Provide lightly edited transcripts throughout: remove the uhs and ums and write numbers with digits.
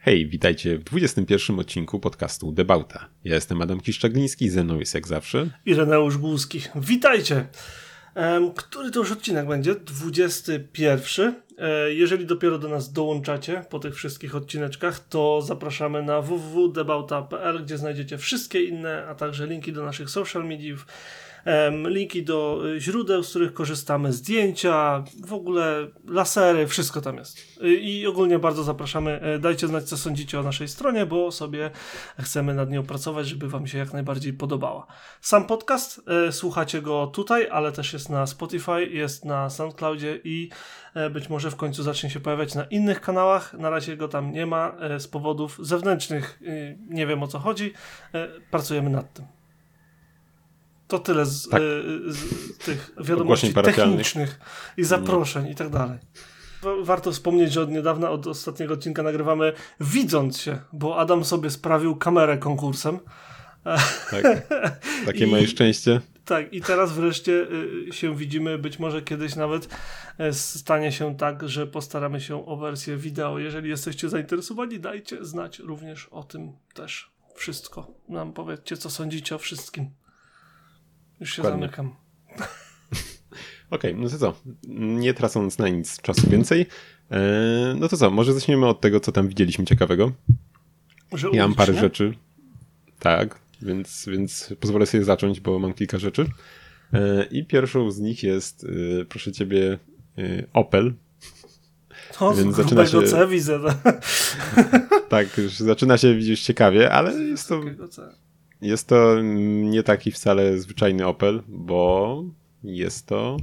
Hej, witajcie w 21. odcinku podcastu Debauta. Ja jestem Adam Kiszczagliński, ze mną jest jak zawsze Ireneusz Głuski. Witajcie! Który to już odcinek będzie? 21. Jeżeli dopiero do nas dołączacie po tych wszystkich odcineczkach, to zapraszamy na www.debauta.pl, gdzie znajdziecie wszystkie inne, a także linki do naszych social mediów, linki do źródeł, z których korzystamy, zdjęcia, w ogóle lasery, wszystko tam jest. I ogólnie bardzo zapraszamy. Dajcie znać, co sądzicie o naszej stronie, bo sobie chcemy nad nią pracować, żeby wam się jak najbardziej podobała. Sam podcast, słuchacie go tutaj, ale też jest na Spotify, jest na SoundCloudzie i być może w końcu zacznie się pojawiać na innych kanałach. Na razie go tam nie ma z powodów zewnętrznych. Nie wiem, o co chodzi. Pracujemy nad tym. To tyle z tych wiadomości technicznych i zaproszeń i tak dalej. Warto wspomnieć, że od niedawna, od ostatniego odcinka nagrywamy widząc się, bo Adam sobie sprawił kamerę konkursem. Tak, takie moje szczęście. Tak, i teraz wreszcie się widzimy, być może kiedyś nawet stanie się tak, że postaramy się o wersję wideo. Jeżeli jesteście zainteresowani, dajcie znać również o tym też wszystko. Nam powiedzcie, co sądzicie o wszystkim. Już się zamykam. Okej, no to co? Nie tracąc na nic czasu więcej, no to co? Może zaczniemy od tego, co tam widzieliśmy ciekawego. Ja mam parę rzeczy. Tak, więc pozwolę sobie zacząć, bo mam kilka rzeczy. I pierwszą z nich jest, proszę ciebie, Opel. O, więc zaczyna się C widzę. Tak, już zaczyna się widzieć ciekawie, ale jest to nie taki wcale zwyczajny Opel, bo jest to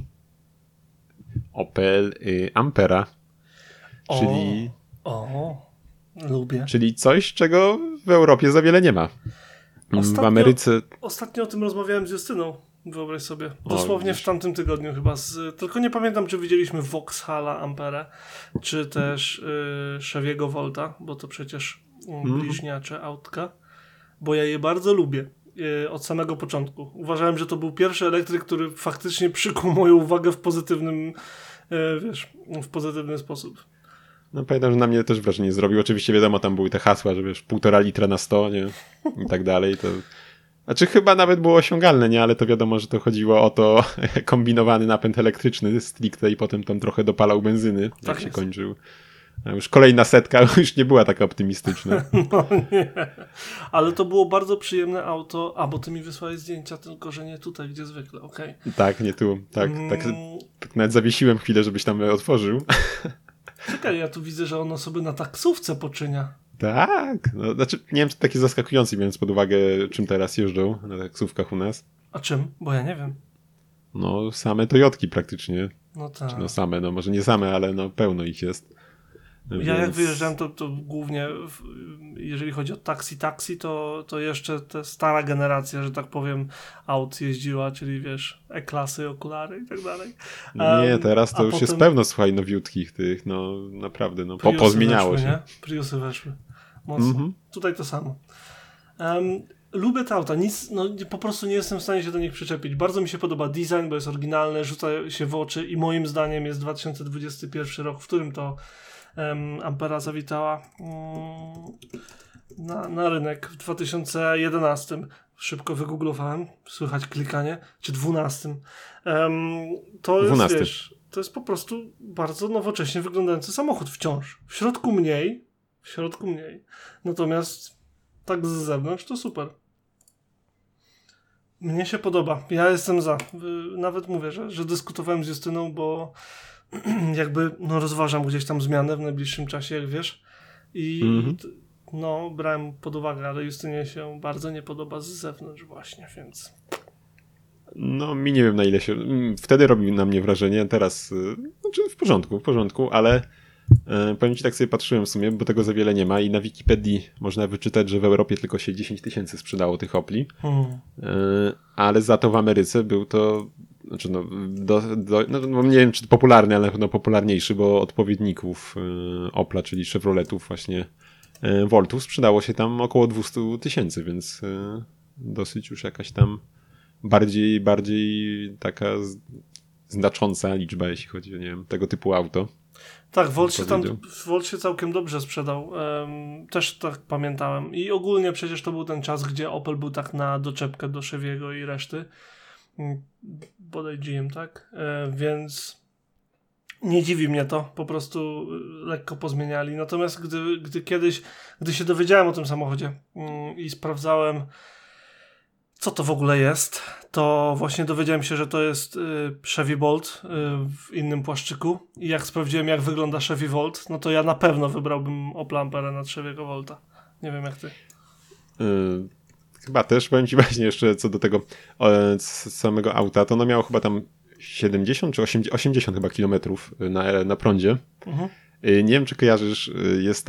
Opel Ampera, lubię. Czyli coś, czego w Europie za wiele nie ma. W Ameryce... Ostatnio o tym rozmawiałem z Justyną, wyobraź sobie. Dosłownie w tamtym tygodniu chyba. Tylko nie pamiętam, czy widzieliśmy Vauxhalla Amperę, czy też Chevy'ego Volta, bo to przecież bliźniacze autka. Bo ja je bardzo lubię od samego początku. Uważałem, że to był pierwszy elektryk, który faktycznie przykuł moją uwagę w pozytywnym, w pozytywny sposób. No pamiętam, że na mnie też wrażenie zrobił. Oczywiście wiadomo, tam były te hasła, że 1,5 litra na 100, nie? I tak dalej. To... Znaczy chyba nawet było osiągalne, nie? Ale to wiadomo, że to chodziło o to kombinowany napęd elektryczny stricte i potem tam trochę dopalał benzyny, tak jak się kończył. A już kolejna setka już nie była taka optymistyczna. No nie, ale to było bardzo przyjemne auto, bo ty mi wysłałeś zdjęcia, tylko że nie tutaj, gdzie zwykle, okej. Tak, nie tu, tak nawet zawiesiłem chwilę, żebyś tam otworzył. Czekaj, ja tu widzę, że ono sobie na taksówce poczynia. Tak, no, znaczy nie wiem, czy takie zaskakujące, biorąc pod uwagę, czym teraz jeżdżą na taksówkach u nas. A czym? Bo ja nie wiem. No same Toyotki praktycznie. No tak. No same, no może nie same, ale no pełno ich jest. Ja jak wyjeżdżałem, to głównie jeżeli chodzi o taksi, to jeszcze ta stara generacja, że tak powiem, aut jeździła, czyli wiesz, E-klasy, okulary i tak dalej. Nie, teraz to już potem... jest pełno, słuchaj, nowiutkich tych, no naprawdę, no pozmieniało weszły, się. Nie? Priusy weszły. Mocno. Tutaj to samo. Lubię te auta, po prostu nie jestem w stanie się do nich przyczepić. Bardzo mi się podoba design, bo jest oryginalny, rzuca się w oczy i moim zdaniem jest 2021 rok, w którym to Ampera zawitała na rynek w 2011. Szybko wygooglowałem, słychać klikanie, czy 12. To jest, 12. Wiesz, to jest po prostu bardzo nowocześnie wyglądający samochód wciąż. W środku mniej, natomiast tak z zewnątrz to super. Mnie się podoba, ja jestem za. Nawet mówię, że dyskutowałem z Justyną, bo jakby rozważam gdzieś tam zmianę w najbliższym czasie, jak wiesz. I brałem pod uwagę, ale Justynie się bardzo nie podoba z zewnątrz właśnie, więc... No mi nie wiem na ile się... Wtedy robił na mnie wrażenie, teraz znaczy w porządku, ale powiem ci, tak sobie patrzyłem w sumie, bo tego za wiele nie ma i na Wikipedii można wyczytać, że w Europie tylko się 10 000 sprzedało tych Opli, ale za to w Ameryce był to... Znaczy nie wiem, czy to popularny, ale na pewno popularniejszy, bo odpowiedników Opla, czyli Chevroletów właśnie Voltów sprzedało się tam około 200 000, więc dosyć już jakaś tam bardziej taka znacząca liczba, jeśli chodzi o, nie wiem, tego typu auto. Tak, Volt się całkiem dobrze sprzedał. Też tak pamiętałem. I ogólnie przecież to był ten czas, gdzie Opel był tak na doczepkę do Chevy'ego i reszty. Bodaj GM, tak? Więc nie dziwi mnie to. Po prostu lekko pozmieniali. Natomiast gdy się dowiedziałem o tym samochodzie i sprawdzałem, co to w ogóle jest, to właśnie dowiedziałem się, że to jest Chevy Bolt w innym płaszczyku. I jak sprawdziłem, jak wygląda Chevy Volt, no to ja na pewno wybrałbym Opel Ampera nad Chevy'ego Volta. Nie wiem jak ty. Chyba też, powiem ci właśnie jeszcze co do tego samego auta, to ono miało chyba tam 70 czy 80 chyba kilometrów na prądzie. Nie wiem, czy kojarzysz, jest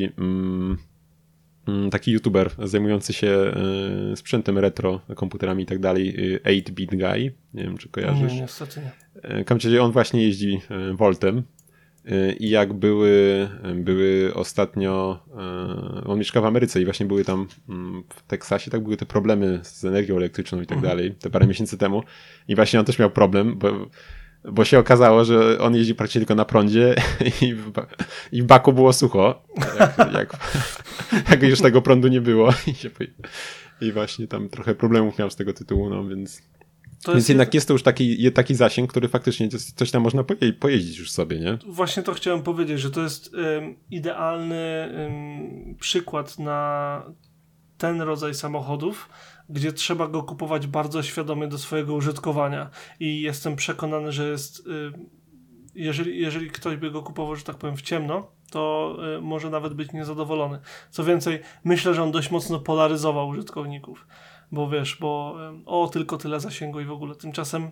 taki youtuber zajmujący się sprzętem retro, komputerami i tak dalej, 8-Bit Guy. Nie wiem, czy kojarzysz. Nie, niestety nie. W każdym razie on właśnie jeździ Voltem i jak były ostatnio, on mieszka w Ameryce i właśnie były tam w Teksasie, tak były te problemy z energią elektryczną i tak dalej, te parę miesięcy temu i właśnie on też miał problem, bo się okazało, że on jeździ praktycznie tylko na prądzie i w baku było sucho, jak już tego prądu nie było i właśnie tam trochę problemów miał z tego tytułu, no więc jednak jest to już taki zasięg, który faktycznie coś tam można pojeździć już sobie, nie? Właśnie to chciałem powiedzieć, że to jest idealny przykład na ten rodzaj samochodów, gdzie trzeba go kupować bardzo świadomie do swojego użytkowania i jestem przekonany, że jest jeżeli ktoś by go kupował, że tak powiem, w ciemno, to może nawet być niezadowolony. Co więcej, myślę, że on dość mocno polaryzował użytkowników, bo wiesz, tylko tyle zasięgu i w ogóle. Tymczasem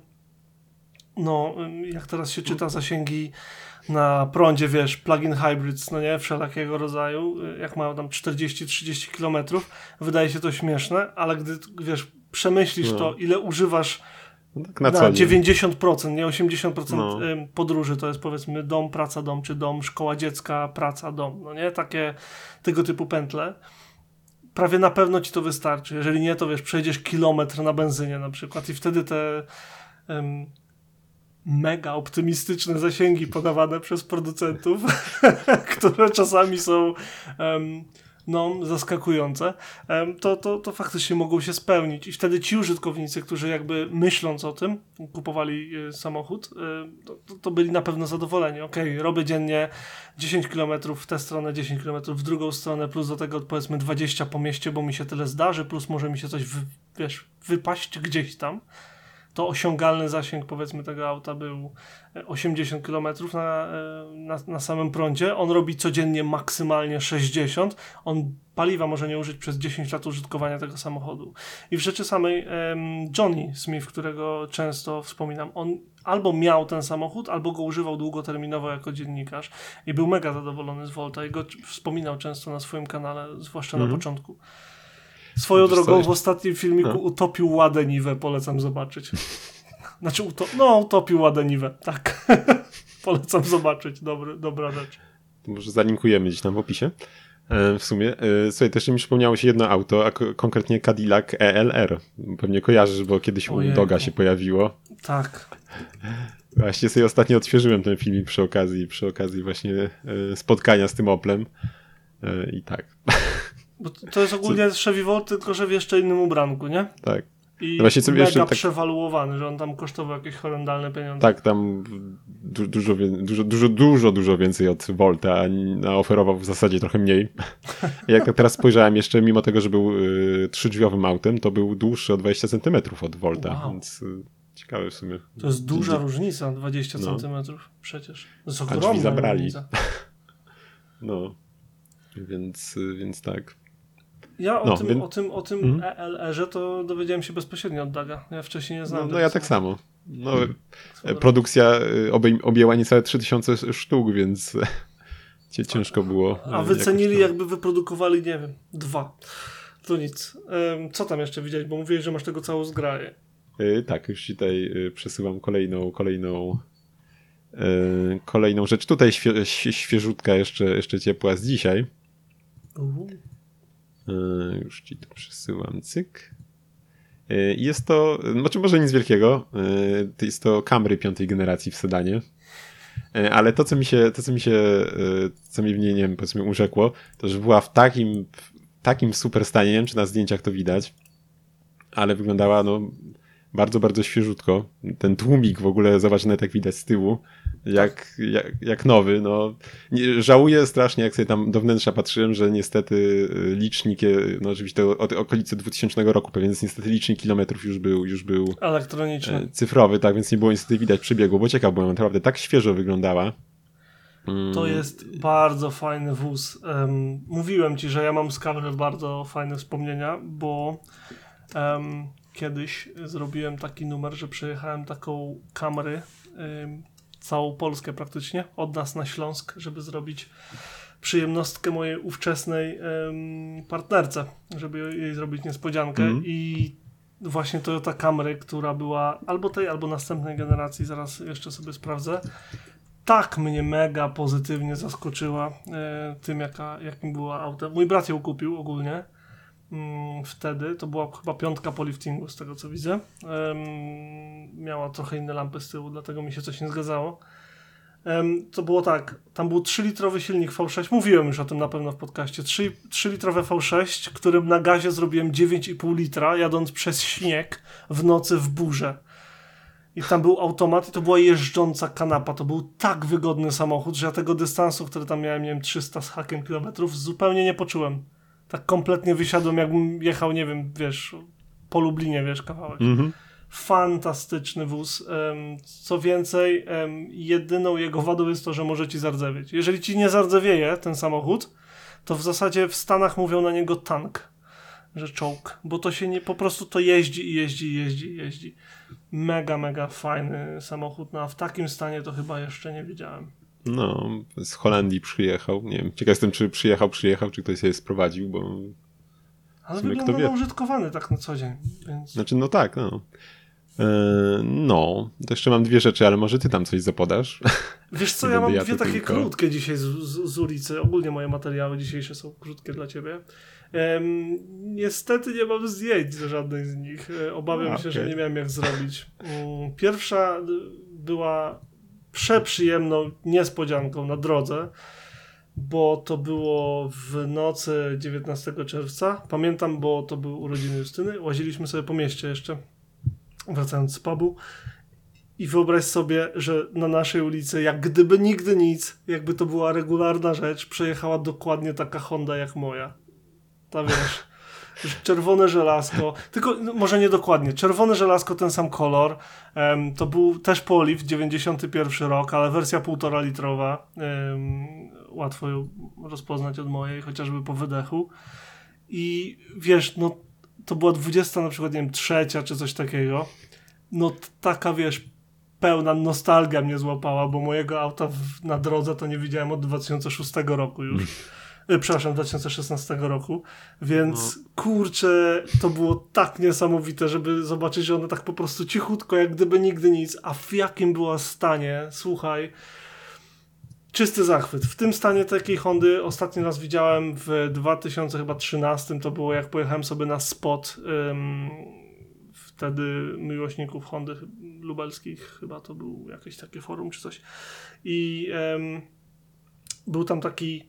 jak teraz się czyta zasięgi na prądzie, wiesz, plug-in hybrids, no nie, wszelakiego rodzaju, jak mają tam 40-30 kilometrów, wydaje się to śmieszne, ale gdy, wiesz, przemyślisz to, ile używasz tak na 90%, nie 80% podróży, to jest powiedzmy dom, praca, dom, czy dom, szkoła dziecka, praca, dom, no nie, tego typu pętle, prawie na pewno ci to wystarczy, jeżeli nie, to wiesz, przejdziesz kilometr na benzynie na przykład i wtedy te mega optymistyczne zasięgi podawane przez producentów, które czasami są zaskakujące, to faktycznie mogą się spełnić i wtedy ci użytkownicy, którzy jakby myśląc o tym, kupowali samochód, to byli na pewno zadowoleni. Okej, robię dziennie 10 km w tę stronę, 10 km w drugą stronę, plus do tego powiedzmy 20 po mieście, bo mi się tyle zdarzy, plus może mi się coś wypaść gdzieś tam. To osiągalny zasięg powiedzmy tego auta był 80 km na samym prądzie. On robi codziennie maksymalnie 60. On paliwa może nie użyć przez 10 lat użytkowania tego samochodu. I w rzeczy samej Johnny Smith, którego często wspominam, on albo miał ten samochód, albo go używał długoterminowo jako dziennikarz i był mega zadowolony z Volta i go wspominał często na swoim kanale, zwłaszcza na początku. Swoją drogą w ostatnim filmiku utopił Ładę Niwę, polecam zobaczyć. Znaczy, utopił Ładę Niwę, tak. Polecam zobaczyć, dobra rzecz. To może zalinkujemy gdzieś tam w opisie. W sumie, słuchaj, też mi przypomniało się jedno auto, a konkretnie Cadillac ELR. Pewnie kojarzysz, bo kiedyś u Doga się pojawiło. Tak. Właśnie sobie ostatnio odświeżyłem ten filmik przy okazji właśnie spotkania z tym Oplem. I tak. Bo to jest ogólnie Chevy Volt, tylko że w jeszcze innym ubranku, nie? Tak. I no właśnie mega jeszcze przewaluowany, że on tam kosztował jakieś horrendalne pieniądze. Tak, tam dużo więcej od Volta, a oferował w zasadzie trochę mniej. Jak tak teraz spojrzałem jeszcze, mimo tego, że był trzydrzwiowym autem, to był dłuższy o 20 cm od Volta, więc ciekawe w sumie. To jest duża różnica, 20 cm przecież. To jest ogromna drzwi zabrali. Różnica. No, więc tak. Ja o tym ELR-ze to dowiedziałem się bezpośrednio od Daga. Ja wcześniej nie znałem. No ja tak samo. Produkcja objęła niecałe 3000 sztuk, więc ciężko było. A wycenili jakby wyprodukowali, nie wiem, 2. To nic. Co tam jeszcze widziałeś? Bo mówiłeś, że masz tego całą zgraję. Tak, już ci tutaj przesyłam kolejną rzecz. Tutaj świeżutka jeszcze ciepła z dzisiaj. Już ci to przesyłam, cyk. Jest to, może nic wielkiego, jest to Camry 5. generacji w sedanie. Ale co mi w niej, nie wiem, powiedzmy urzekło, to że była w takim super stanie, nie wiem, czy na zdjęciach to widać, ale wyglądała, no, bardzo, bardzo świeżutko. Ten tłumik w ogóle, zobacz, nawet jak widać z tyłu, jak nowy, no. Żałuję strasznie, jak sobie tam do wnętrza patrzyłem, że niestety licznik, no oczywiście to od okolicy 2000 roku, pewnie, więc niestety licznik kilometrów już był elektroniczny, cyfrowy, tak, więc nie było niestety widać przebiegu, bo ciekaw byłem, naprawdę tak świeżo wyglądała. To jest bardzo fajny wóz. Mówiłem ci, że ja mam z Camry bardzo fajne wspomnienia, bo kiedyś zrobiłem taki numer, że przejechałem taką Camry, całą Polskę praktycznie, od nas na Śląsk, żeby zrobić przyjemnostkę mojej ówczesnej partnerce, żeby jej zrobić niespodziankę i właśnie Toyota Camry, która była albo tej, albo następnej generacji, zaraz jeszcze sobie sprawdzę, tak mnie mega pozytywnie zaskoczyła tym, jakim była auto. Mój brat ją kupił ogólnie wtedy, to była chyba 5 po liftingu z tego co widzę. Miała trochę inne lampy z tyłu, dlatego mi się coś nie zgadzało. To było tak, tam był 3-litrowy silnik V6, mówiłem już o tym na pewno w podcaście, 3-litrowe V6, którym na gazie zrobiłem 9,5 litra, jadąc przez śnieg w nocy w burzę. I tam był automat i to była jeżdżąca kanapa. To był tak wygodny samochód, że ja tego dystansu, który tam miałem 300 z hakiem kilometrów, zupełnie nie poczułem. Tak kompletnie wysiadłem, jakbym jechał, nie wiem, wiesz, po Lublinie, wiesz, kawałek. Fantastyczny wóz. Co więcej, jedyną jego wadą jest to, że może ci zardzewieć. Jeżeli ci nie zardzewieje ten samochód, to w zasadzie w Stanach mówią na niego tank, że czołg, bo to się nie, po prostu to jeździ. Mega, mega fajny samochód, no a w takim stanie to chyba jeszcze nie widziałem. No, z Holandii przyjechał, nie wiem, ciekaw jestem, czy przyjechał, czy ktoś sobie sprowadził, bo... Ale wygląda na użytkowany tak na co dzień, więc... Znaczy, no tak, no. No, to jeszcze mam 2 rzeczy, ale może ty tam coś zapodasz? Wiesz co, ja mam 2 takie krótkie dzisiaj z ulicy. Ogólnie moje materiały dzisiejsze są krótkie dla ciebie. Niestety nie mam zdjęć z żadnej z nich. Obawiam się, że nie miałem jak zrobić. Pierwsza była przeprzyjemną niespodzianką na drodze, bo to było w nocy 19 czerwca. Pamiętam, bo to były urodziny Justyny. Łaziliśmy sobie po mieście jeszcze, wracając z pubu. I wyobraź sobie, że na naszej ulicy, jak gdyby nigdy nic, jakby to była regularna rzecz, przejechała dokładnie taka Honda jak moja. Ta wiesz, czerwone żelazko, tylko no, może nie dokładnie, czerwone żelazko, ten sam kolor, to był też Poliv, 91 rok, ale wersja 1,5 litrowa, łatwo ją rozpoznać od mojej, chociażby po wydechu. I wiesz, no to była 20 na przykład, nie wiem, 3 czy coś takiego, no taka wiesz, pełna nostalgia mnie złapała, bo mojego auta na drodze to nie widziałem od 2006 roku już. Przepraszam, 2016 roku, więc kurczę, to było tak niesamowite, żeby zobaczyć, że ona tak po prostu cichutko, jak gdyby nigdy nic, a w jakim była stanie, słuchaj, czysty zachwyt. W tym stanie takiej Hondy ostatni raz widziałem w 2013, to było jak pojechałem sobie na spot, wtedy miłośników Hondy lubelskich, chyba to był jakieś takie forum czy coś i był tam taki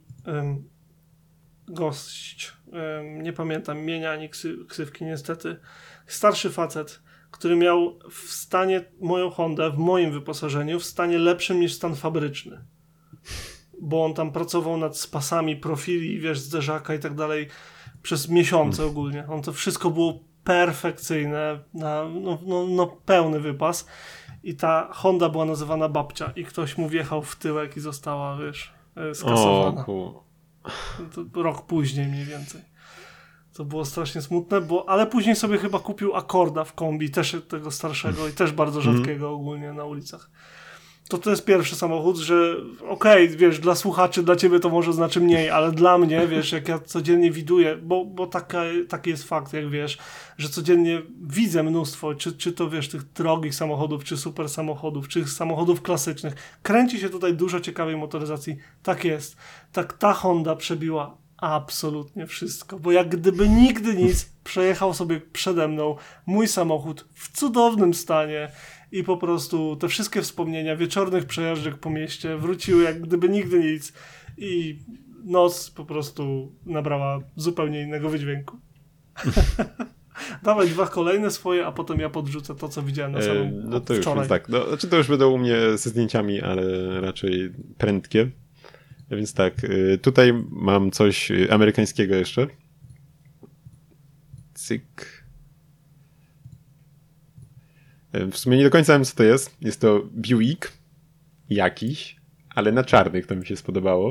gość, nie pamiętam imienia ani ksywki niestety, starszy facet, który miał w stanie moją Hondę, w moim wyposażeniu, w stanie lepszym niż stan fabryczny. Bo on tam pracował nad spasami profili, wiesz, zderzaka i tak dalej przez miesiące ogólnie. On to wszystko było perfekcyjne, no pełny wypas. I ta Honda była nazywana babcia i ktoś mu wjechał w tyłek i została, wiesz, skasowana. To rok później mniej więcej. To było strasznie smutne, ale później sobie chyba kupił Accorda w kombi, też tego starszego i też bardzo rzadkiego ogólnie na ulicach. To jest pierwszy samochód, że okej, wiesz, dla słuchaczy, dla ciebie to może znaczy mniej, ale dla mnie, wiesz, jak ja codziennie widuję, bo taki jest fakt, jak wiesz, że codziennie widzę mnóstwo, czy to wiesz, tych drogich samochodów, czy super samochodów, czy samochodów klasycznych. Kręci się tutaj dużo ciekawej motoryzacji. Tak jest. Tak ta Honda przebiła absolutnie wszystko, bo jak gdyby nigdy nic przejechał sobie przede mną mój samochód w cudownym stanie i po prostu te wszystkie wspomnienia wieczornych przejażdżek po mieście wróciły jak gdyby nigdy nic i noc po prostu nabrała zupełnie innego wydźwięku. Dawaj 2 kolejne swoje, a potem ja podrzucę to, co widziałem na samym No to już wczoraj. jest tak. No, znaczy to już będą u mnie ze zdjęciami, ale raczej prędkie. Więc tak, tutaj mam coś amerykańskiego jeszcze. Cyk. W sumie nie do końca wiem, co to jest. Jest to Buick jakiś, ale na czarnych, to mi się spodobało.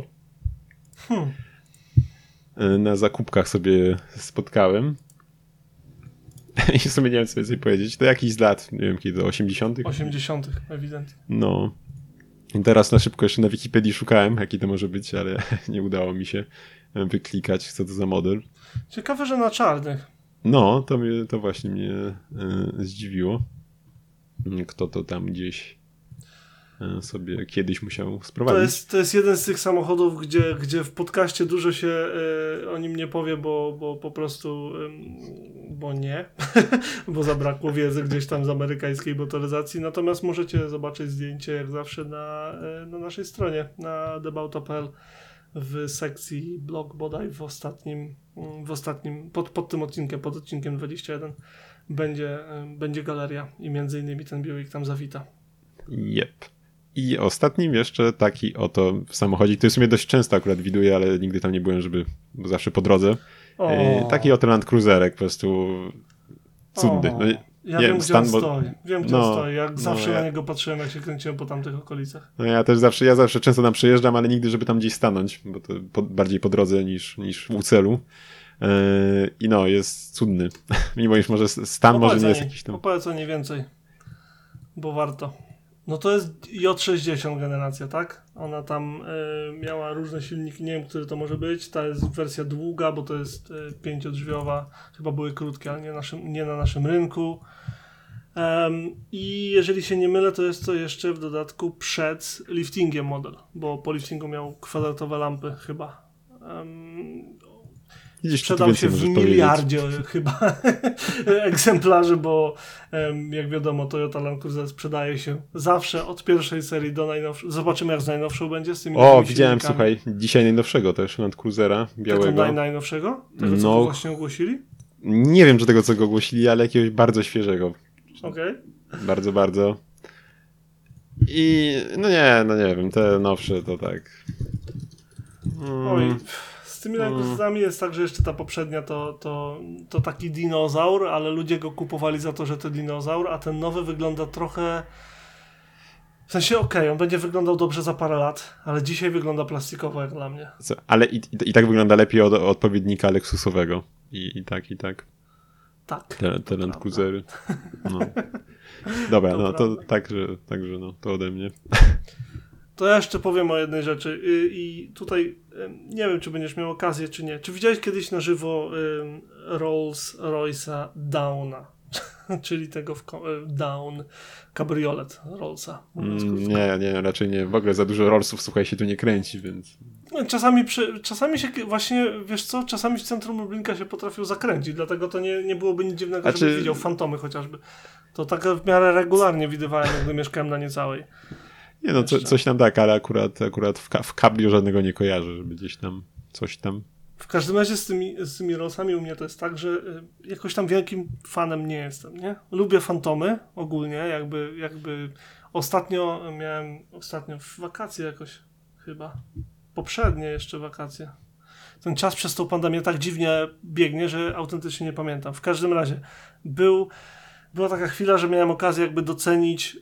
Na zakupkach sobie spotkałem. I w sumie nie wiem, co więcej powiedzieć. To jakiś z lat, nie wiem kiedy, 80. 80. ewidentnie. No. I teraz na szybko jeszcze na Wikipedii szukałem, jaki to może być, ale nie udało mi się wyklikać, co to za model. Ciekawe, że na czarnych. No, to właśnie mnie zdziwiło. Kto to tam gdzieś sobie kiedyś musiał sprowadzić. To jest jeden z tych samochodów, gdzie w podcaście dużo się o nim nie powie, bo po prostu bo nie, bo zabrakło wiedzy gdzieś tam z amerykańskiej motoryzacji. Natomiast możecie zobaczyć zdjęcie jak zawsze na naszej stronie, na debauto.pl w sekcji blog bodaj w ostatnim pod tym odcinkiem, pod odcinkiem 21 będzie galeria i między innymi ten Buick tam zawita. Jep. I ostatnim jeszcze taki oto samochodzik, który w sumie dość często akurat widuję, ale nigdy tam nie byłem, bo zawsze po drodze. Taki oto Land Cruiserek, po prostu cudny. No, ja wiem, gdzie on stoi. Wiem, gdzie on stoi. Jak zawsze na niego patrzyłem, jak się kręciłem po tamtych okolicach. No ja zawsze często tam przejeżdżam, ale nigdy, żeby tam gdzieś stanąć, bo to bardziej po drodze niż u celu. I no, jest cudny. Mimo iż może stan może nie jest jakiś tam... Opowiedz o niej więcej, bo warto. No to jest J60 generacja, tak? Ona tam miała różne silniki, nie wiem, który to może być. Ta jest wersja długa, bo to jest 5-drzwiowa. Chyba były krótkie, ale nie na naszym rynku. I jeżeli się nie mylę, to jest to jeszcze w dodatku przed liftingiem model, bo po liftingu miał kwadratowe lampy chyba. Sprzedał się w miliardzie chyba egzemplarzy, bo jak wiadomo Toyota Land Cruiser sprzedaje się zawsze od pierwszej serii do najnowszej. Zobaczymy jak z najnowszą będzie z tymi widziałem, silnikami. Słuchaj, dzisiaj najnowszego też Land Cruisera białego. Tego najnowszego? Tego co właśnie ogłosili? Nie wiem czy tego co go ogłosili, ale jakiegoś bardzo świeżego. Okej. Bardzo, bardzo. I no nie wiem, te nowsze to tak. Oj. Z tymi Land Cruiserami jest tak, że jeszcze ta poprzednia to taki dinozaur, ale ludzie go kupowali za to, że to dinozaur, a ten nowy wygląda trochę... W sensie on będzie wyglądał dobrze za parę lat, ale dzisiaj wygląda plastikowo jak dla mnie. Ale i tak wygląda lepiej od odpowiednika Lexusowego. I tak. Tak. Te Land Cruisery. No. Dobra, to także no, to ode mnie. To ja jeszcze powiem o jednej rzeczy i tutaj nie wiem, czy będziesz miał okazję, czy nie. Czy widziałeś kiedyś na żywo Rolls-Royce'a Downa? Czyli tego Down Cabriolet Rollsa. Nie, raczej nie. W ogóle za dużo Rollsów, słuchaj, się tu nie kręci, więc... Czasami się właśnie, wiesz co, czasami w centrum Lublinka się potrafił zakręcić, dlatego to nie byłoby nic dziwnego, żebym widział Fantomy chociażby. To tak w miarę regularnie widywałem, gdy mieszkałem na Niecałej. Nie no, coś tam tak, ale akurat w Cabrio żadnego nie kojarzę, żeby gdzieś tam coś tam... W każdym razie z tymi Rollsami u mnie to jest tak, że jakoś tam wielkim fanem nie jestem, nie? Lubię Fantomy ogólnie, jakby ostatnio w wakacje jakoś chyba, poprzednie jeszcze wakacje. Ten czas przez tą pandemię tak dziwnie biegnie, że autentycznie nie pamiętam. W każdym razie była taka chwila, że miałem okazję jakby docenić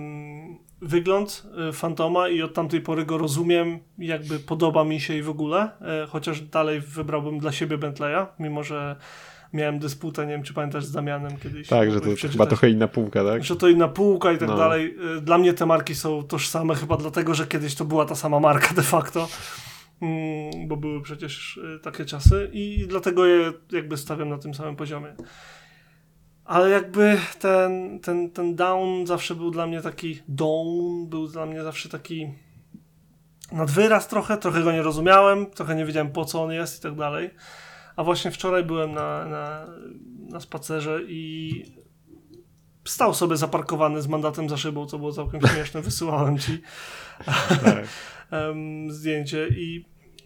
wygląd Fantoma i od tamtej pory go rozumiem, jakby podoba mi się i w ogóle, chociaż dalej wybrałbym dla siebie Bentleya, mimo że miałem dysputę, nie wiem czy pamiętasz z Damianem kiedyś. Tak, że to chyba trochę inna półka, tak? Że to inna półka i tak dalej. Dla mnie te marki są tożsame chyba dlatego, że kiedyś to była ta sama marka de facto, bo były przecież takie czasy i dlatego je jakby stawiam na tym samym poziomie. Ale jakby ten Down zawsze był dla mnie taki... był dla mnie zawsze taki nadwyraz trochę go nie rozumiałem, trochę nie wiedziałem po co on jest i tak dalej. A właśnie wczoraj byłem na spacerze i stał sobie zaparkowany z mandatem za szybą, co było całkiem śmieszne, wysyłałem ci Tak. zdjęcie i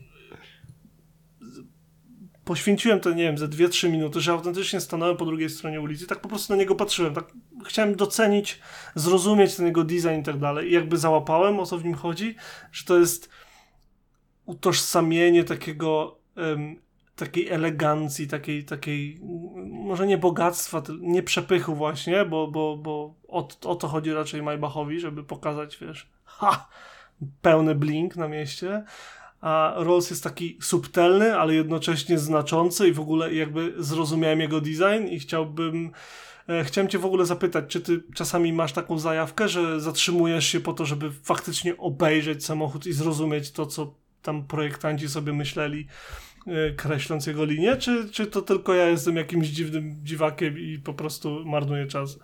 poświęciłem to, nie wiem, ze 2-3 minuty, że autentycznie stanąłem po drugiej stronie ulicy, tak po prostu na niego patrzyłem, tak chciałem docenić, zrozumieć ten jego design i tak dalej i jakby załapałem, o co w nim chodzi, że to jest utożsamienie takiej elegancji, takiej może nie bogactwa, nie przepychu właśnie, bo o to chodzi raczej Maybachowi, żeby pokazać, wiesz, pełny blink na mieście, a Rolls jest taki subtelny, ale jednocześnie znaczący i w ogóle jakby zrozumiałem jego design i chciałem cię w ogóle zapytać, czy ty czasami masz taką zajawkę, że zatrzymujesz się po to, żeby faktycznie obejrzeć samochód i zrozumieć to, co tam projektanci sobie myśleli, kreśląc jego linię, czy to tylko ja jestem jakimś dziwnym dziwakiem i po prostu marnuję czas?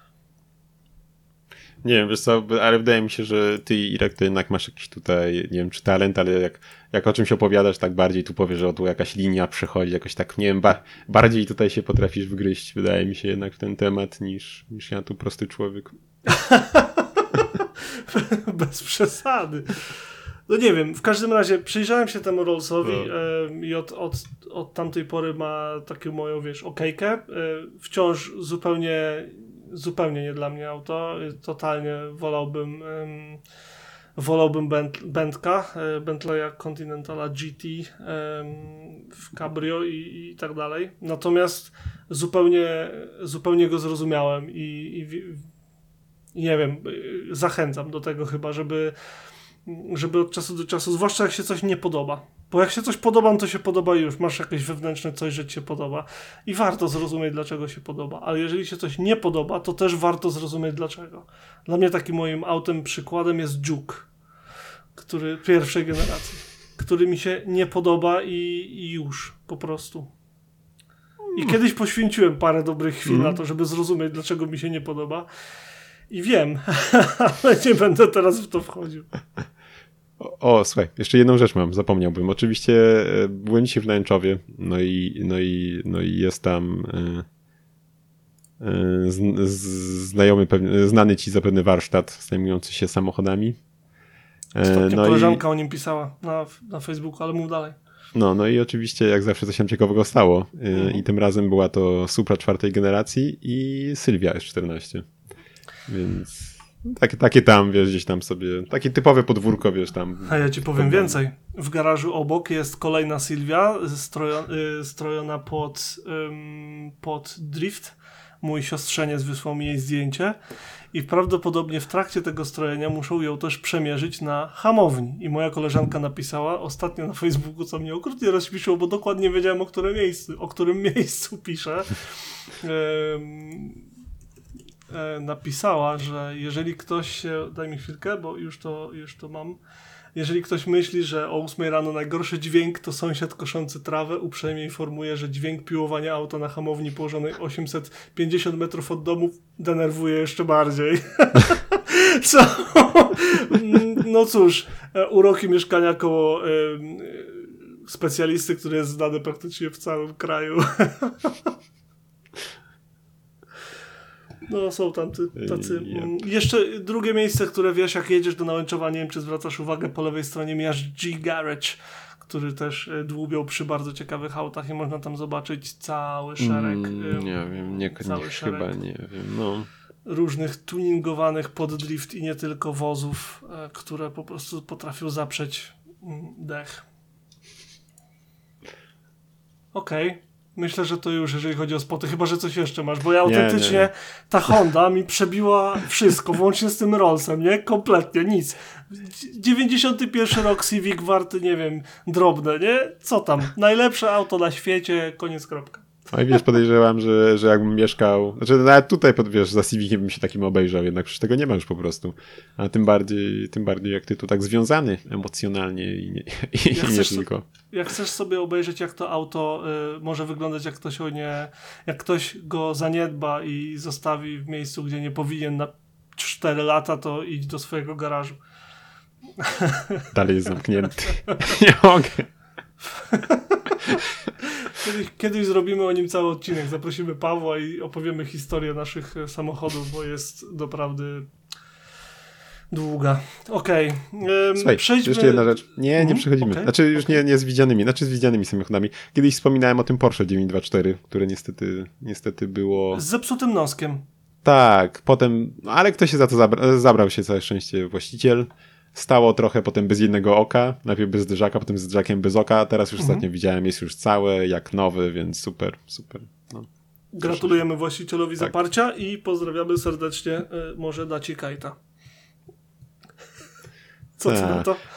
Nie wiem, wiesz co, ale wydaje mi się, że ty, Irek, to jednak masz jakiś tutaj, nie wiem, czy talent, ale jak o czymś opowiadasz, tak bardziej tu powiesz, że tu jakaś linia przechodzi, jakoś tak, nie wiem, bardziej tutaj się potrafisz wgryźć, wydaje mi się jednak w ten temat, niż ja tu prosty człowiek. Bez przesady. No nie wiem, w każdym razie przyjrzałem się temu Rollsowi i od tamtej pory ma taką moją, wiesz, okejkę. Wciąż zupełnie nie dla mnie auto. Totalnie wolałbym Bentleya Continentala GT w Cabrio i tak dalej. Natomiast zupełnie go zrozumiałem i nie wiem, zachęcam do tego chyba, żeby od czasu do czasu, zwłaszcza jak się coś nie podoba. Bo jak się coś podoba, no to się podoba już. Masz jakieś wewnętrzne coś, że ci się podoba. I warto zrozumieć, dlaczego się podoba. Ale jeżeli się coś nie podoba, to też warto zrozumieć, dlaczego. Dla mnie takim moim autem przykładem jest Juke, który pierwszej generacji, który mi się nie podoba i już, po prostu. I kiedyś poświęciłem parę dobrych chwil na to, żeby zrozumieć, dlaczego mi się nie podoba. I wiem, ale nie będę teraz w to wchodził. Słuchaj, jeszcze jedną rzecz mam, zapomniałbym. Oczywiście byłem dzisiaj w Nęczowie, no i jest tam znany ci zapewne warsztat zajmujący się samochodami. Ostatnio koleżanka o nim pisała na Facebooku, ale mów dalej. No i oczywiście jak zawsze coś się ciekawego stało. I tym razem była to Supra 4. generacji i Sylvia S14. Więc takie tam, wiesz, gdzieś tam sobie, takie typowe podwórko, wiesz, tam. A ja ci powiem więcej. W garażu obok jest kolejna Sylwia strojona pod drift. Mój siostrzeniec wysłał mi jej zdjęcie i prawdopodobnie w trakcie tego strojenia muszą ją też przemierzyć na hamowni. I moja koleżanka napisała ostatnio na Facebooku, co mnie okrutnie rozśmieszyło, bo dokładnie wiedziałem, o którym miejscu piszę. Napisała, że jeżeli ktoś się, daj mi chwilkę, bo już to mam, jeżeli ktoś myśli, że o 8 rano najgorszy dźwięk to sąsiad koszący trawę, uprzejmie informuje, że dźwięk piłowania auta na hamowni położonej 850 metrów od domu denerwuje jeszcze bardziej. Co? No cóż, uroki mieszkania koło specjalisty, który jest znany praktycznie w całym kraju. No, są tam tacy. Jeszcze drugie miejsce, które wiesz, jak jedziesz do Nałęczowa, nie wiem, czy zwracasz uwagę, po lewej stronie mijasz G-Garage, który też dłubiał przy bardzo ciekawych autach i można tam zobaczyć cały szereg. Nie wiem, chyba nie wiem. No. Różnych tuningowanych pod drift i nie tylko wozów, które po prostu potrafią zaprzeć dech. Okej. Myślę, że to już, jeżeli chodzi o spoty, chyba że coś jeszcze masz, bo ja autentycznie, nie. Ta Honda mi przebiła wszystko, włącznie z tym Rollsem, nie? Kompletnie, nic. 91 rok Civic warty, nie wiem, drobne, nie? Co tam? Najlepsze auto na świecie, koniec, kropka. No i wiesz, podejrzewam, że jakbym mieszkał, znaczy nawet tutaj, wiesz, za Civiciem bym się takim obejrzał, jednak przecież tego nie ma już po prostu. A tym bardziej jak ty tu tak związany emocjonalnie i nie tylko. Jak chcesz sobie obejrzeć, jak to auto może wyglądać, jak ktoś go zaniedba i zostawi w miejscu, gdzie nie powinien na 4 lata, to idź do swojego garażu. Dalej jest zamknięty. Nie mogę. Kiedyś zrobimy o nim cały odcinek. Zaprosimy Pawła i opowiemy historię naszych samochodów, bo jest doprawdy długa. Okej. Słuchaj, Przejdźmy... jeszcze jedna rzecz. Nie przechodzimy. Okay. Znaczy już nie z widzianymi, z widzianymi samochodami. Kiedyś wspominałem o tym Porsche 924, które niestety było... Z zepsutym noskiem. Tak, potem, ale ktoś się za to zabrał się, całe szczęście, właściciel. Stało trochę potem bez jednego oka, najpierw bez zderzaka, potem z zderzakiem bez oka, a teraz już ostatnio widziałem, jest już całe, jak nowy, więc super. No. Gratulujemy właścicielowi zaparcia i pozdrawiamy serdecznie, może da ci kajta. Co ty na to?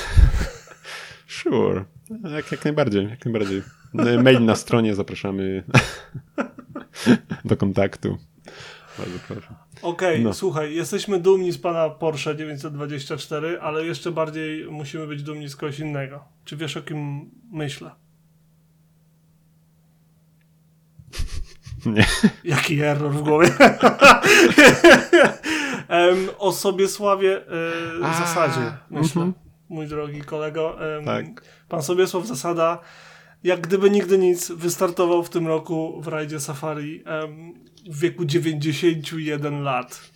Sure. Jak najbardziej. Mail na stronie, zapraszamy do kontaktu. Bardzo proszę. Okej, słuchaj, jesteśmy dumni z pana Porsche 924, ale jeszcze bardziej musimy być dumni z kogoś innego. Czy wiesz, o kim myślę? Nie. Jaki error w głowie. O Sobiesławie Zasadzie, myślę, mój drogi kolego. Tak. Pan Sobiesław Zasada, jak gdyby nigdy nic, wystartował w tym roku w rajdzie Safari w wieku 91 lat.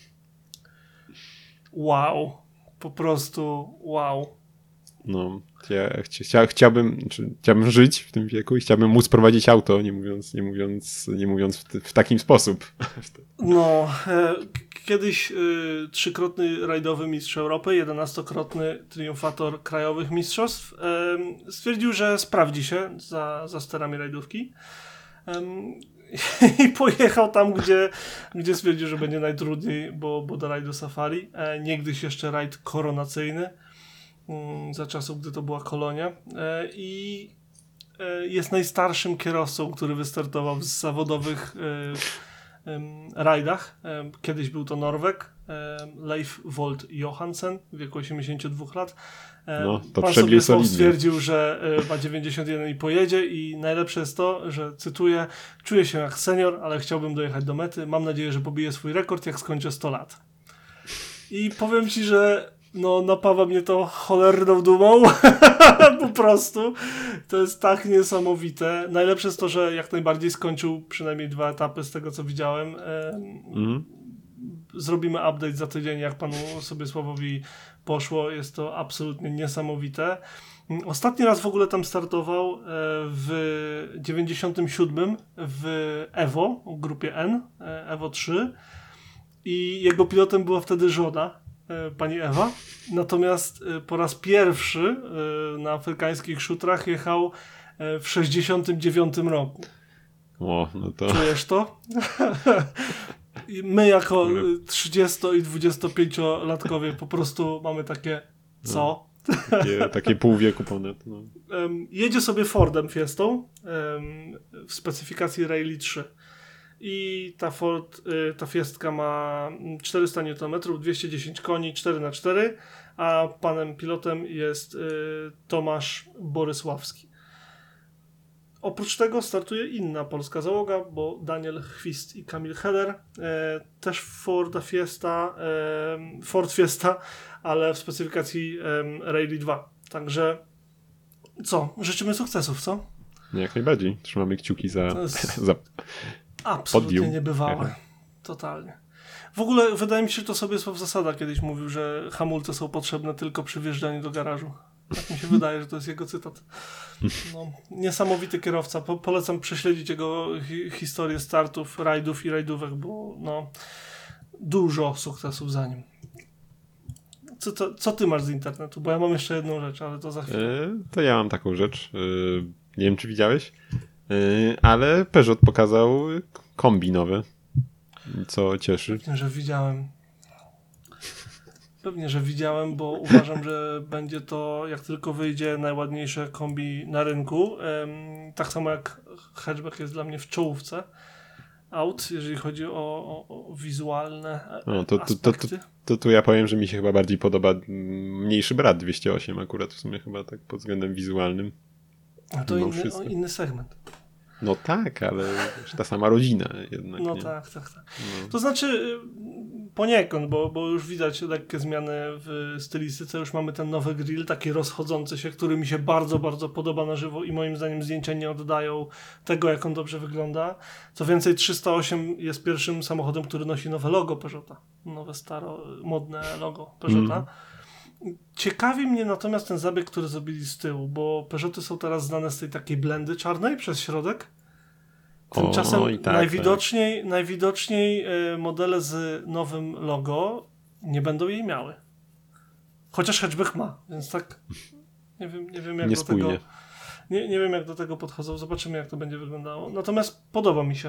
Wow. Po prostu wow. No, chciałbym żyć w tym wieku i chciałbym móc prowadzić auto, nie mówiąc w takim sposób. No, kiedyś trzykrotny rajdowy mistrz Europy, 11-krotny triumfator krajowych mistrzostw, stwierdził, że sprawdzi się za sterami rajdówki. I pojechał tam, gdzie stwierdził, że będzie najtrudniej, bo do rajdu Safari. Niegdyś jeszcze rajd koronacyjny, za czasów, gdy to była kolonia. I jest najstarszym kierowcą, który wystartował w zawodowych rajdach. Kiedyś był to Norweg, Leif Wold Johansen w wieku 82 lat. No, to Pan Sobiesław stwierdził, że ma 91 i pojedzie i najlepsze jest to, że cytuję, czuję się jak senior, ale chciałbym dojechać do mety. Mam nadzieję, że pobiję swój rekord, jak skończę 100 lat. I powiem ci, że napawa mnie to cholerną dumą. Po prostu. To jest tak niesamowite. Najlepsze jest to, że jak najbardziej skończył przynajmniej 2 etapy z tego, co widziałem. Zrobimy update za tydzień, jak panu Sobiesławowi poszło. Jest to absolutnie niesamowite. Ostatni raz w ogóle tam startował w 97 w Evo, w grupie N, Evo 3 i jego pilotem była wtedy żona, pani Ewa. Natomiast po raz pierwszy na afrykańskich szutrach jechał w 69 roku. O, no to... Czujesz to? My jako 30 i 25-latkowie po prostu mamy takie co? Takie pół wieku ponad. No. Jedzie sobie Fordem Fiestą w specyfikacji Rally 3. I ta Fiestka ma 400 Nm, 210 koni, 4x4, a panem pilotem jest Tomasz Borysławski. Oprócz tego startuje inna polska załoga, bo Daniel Chwist i Kamil Heller, też Ford Fiesta, ale w specyfikacji Rally 2. Także życzymy sukcesów, co? Jak najbardziej. Trzymamy kciuki za absolutnie podium. niebywałe. Totalnie. W ogóle wydaje mi się, że to Sobiesław Zasada kiedyś mówił, że hamulce są potrzebne tylko przy wjeżdżaniu do garażu. Tak mi się wydaje, że to jest jego cytat. Niesamowity kierowca. Polecam prześledzić jego historię startów, rajdów i rajdówek, bo dużo sukcesów za nim. Co ty masz z internetu? Bo ja mam jeszcze jedną rzecz, ale to za chwilę. To ja mam taką rzecz. Nie wiem, czy widziałeś, ale Peugeot pokazał kombi nowe, co cieszy. Pewnie, że widziałem, bo uważam, że będzie to, jak tylko wyjdzie, najładniejsze kombi na rynku. Tak samo jak hatchback jest dla mnie w czołówce aut, jeżeli chodzi o wizualne aspekty. To ja powiem, że mi się chyba bardziej podoba mniejszy brat 208 akurat w sumie chyba tak pod względem wizualnym. A to inny segment. No tak, ale ta sama rodzina jednak. No nie? tak. No. To znaczy poniekąd, bo już widać lekkie zmiany w stylistyce. Już mamy ten nowy grill, taki rozchodzący się, który mi się bardzo, bardzo podoba na żywo i moim zdaniem zdjęcia nie oddają tego, jak on dobrze wygląda. Co więcej, 308 jest pierwszym samochodem, który nosi nowe logo Peugeota. Nowe, modne logo Peugeota. Ciekawi mnie natomiast ten zabieg, który zrobili z tyłu, bo Peugeoty są teraz znane z tej takiej blendy czarnej przez środek. Tymczasem najwidoczniej modele z nowym logo nie będą jej miały. Chociaż hatchback ma, więc tak nie wiem jak do tego. Nie wiem jak do tego podchodzą. Zobaczymy jak to będzie wyglądało. Natomiast podoba mi się.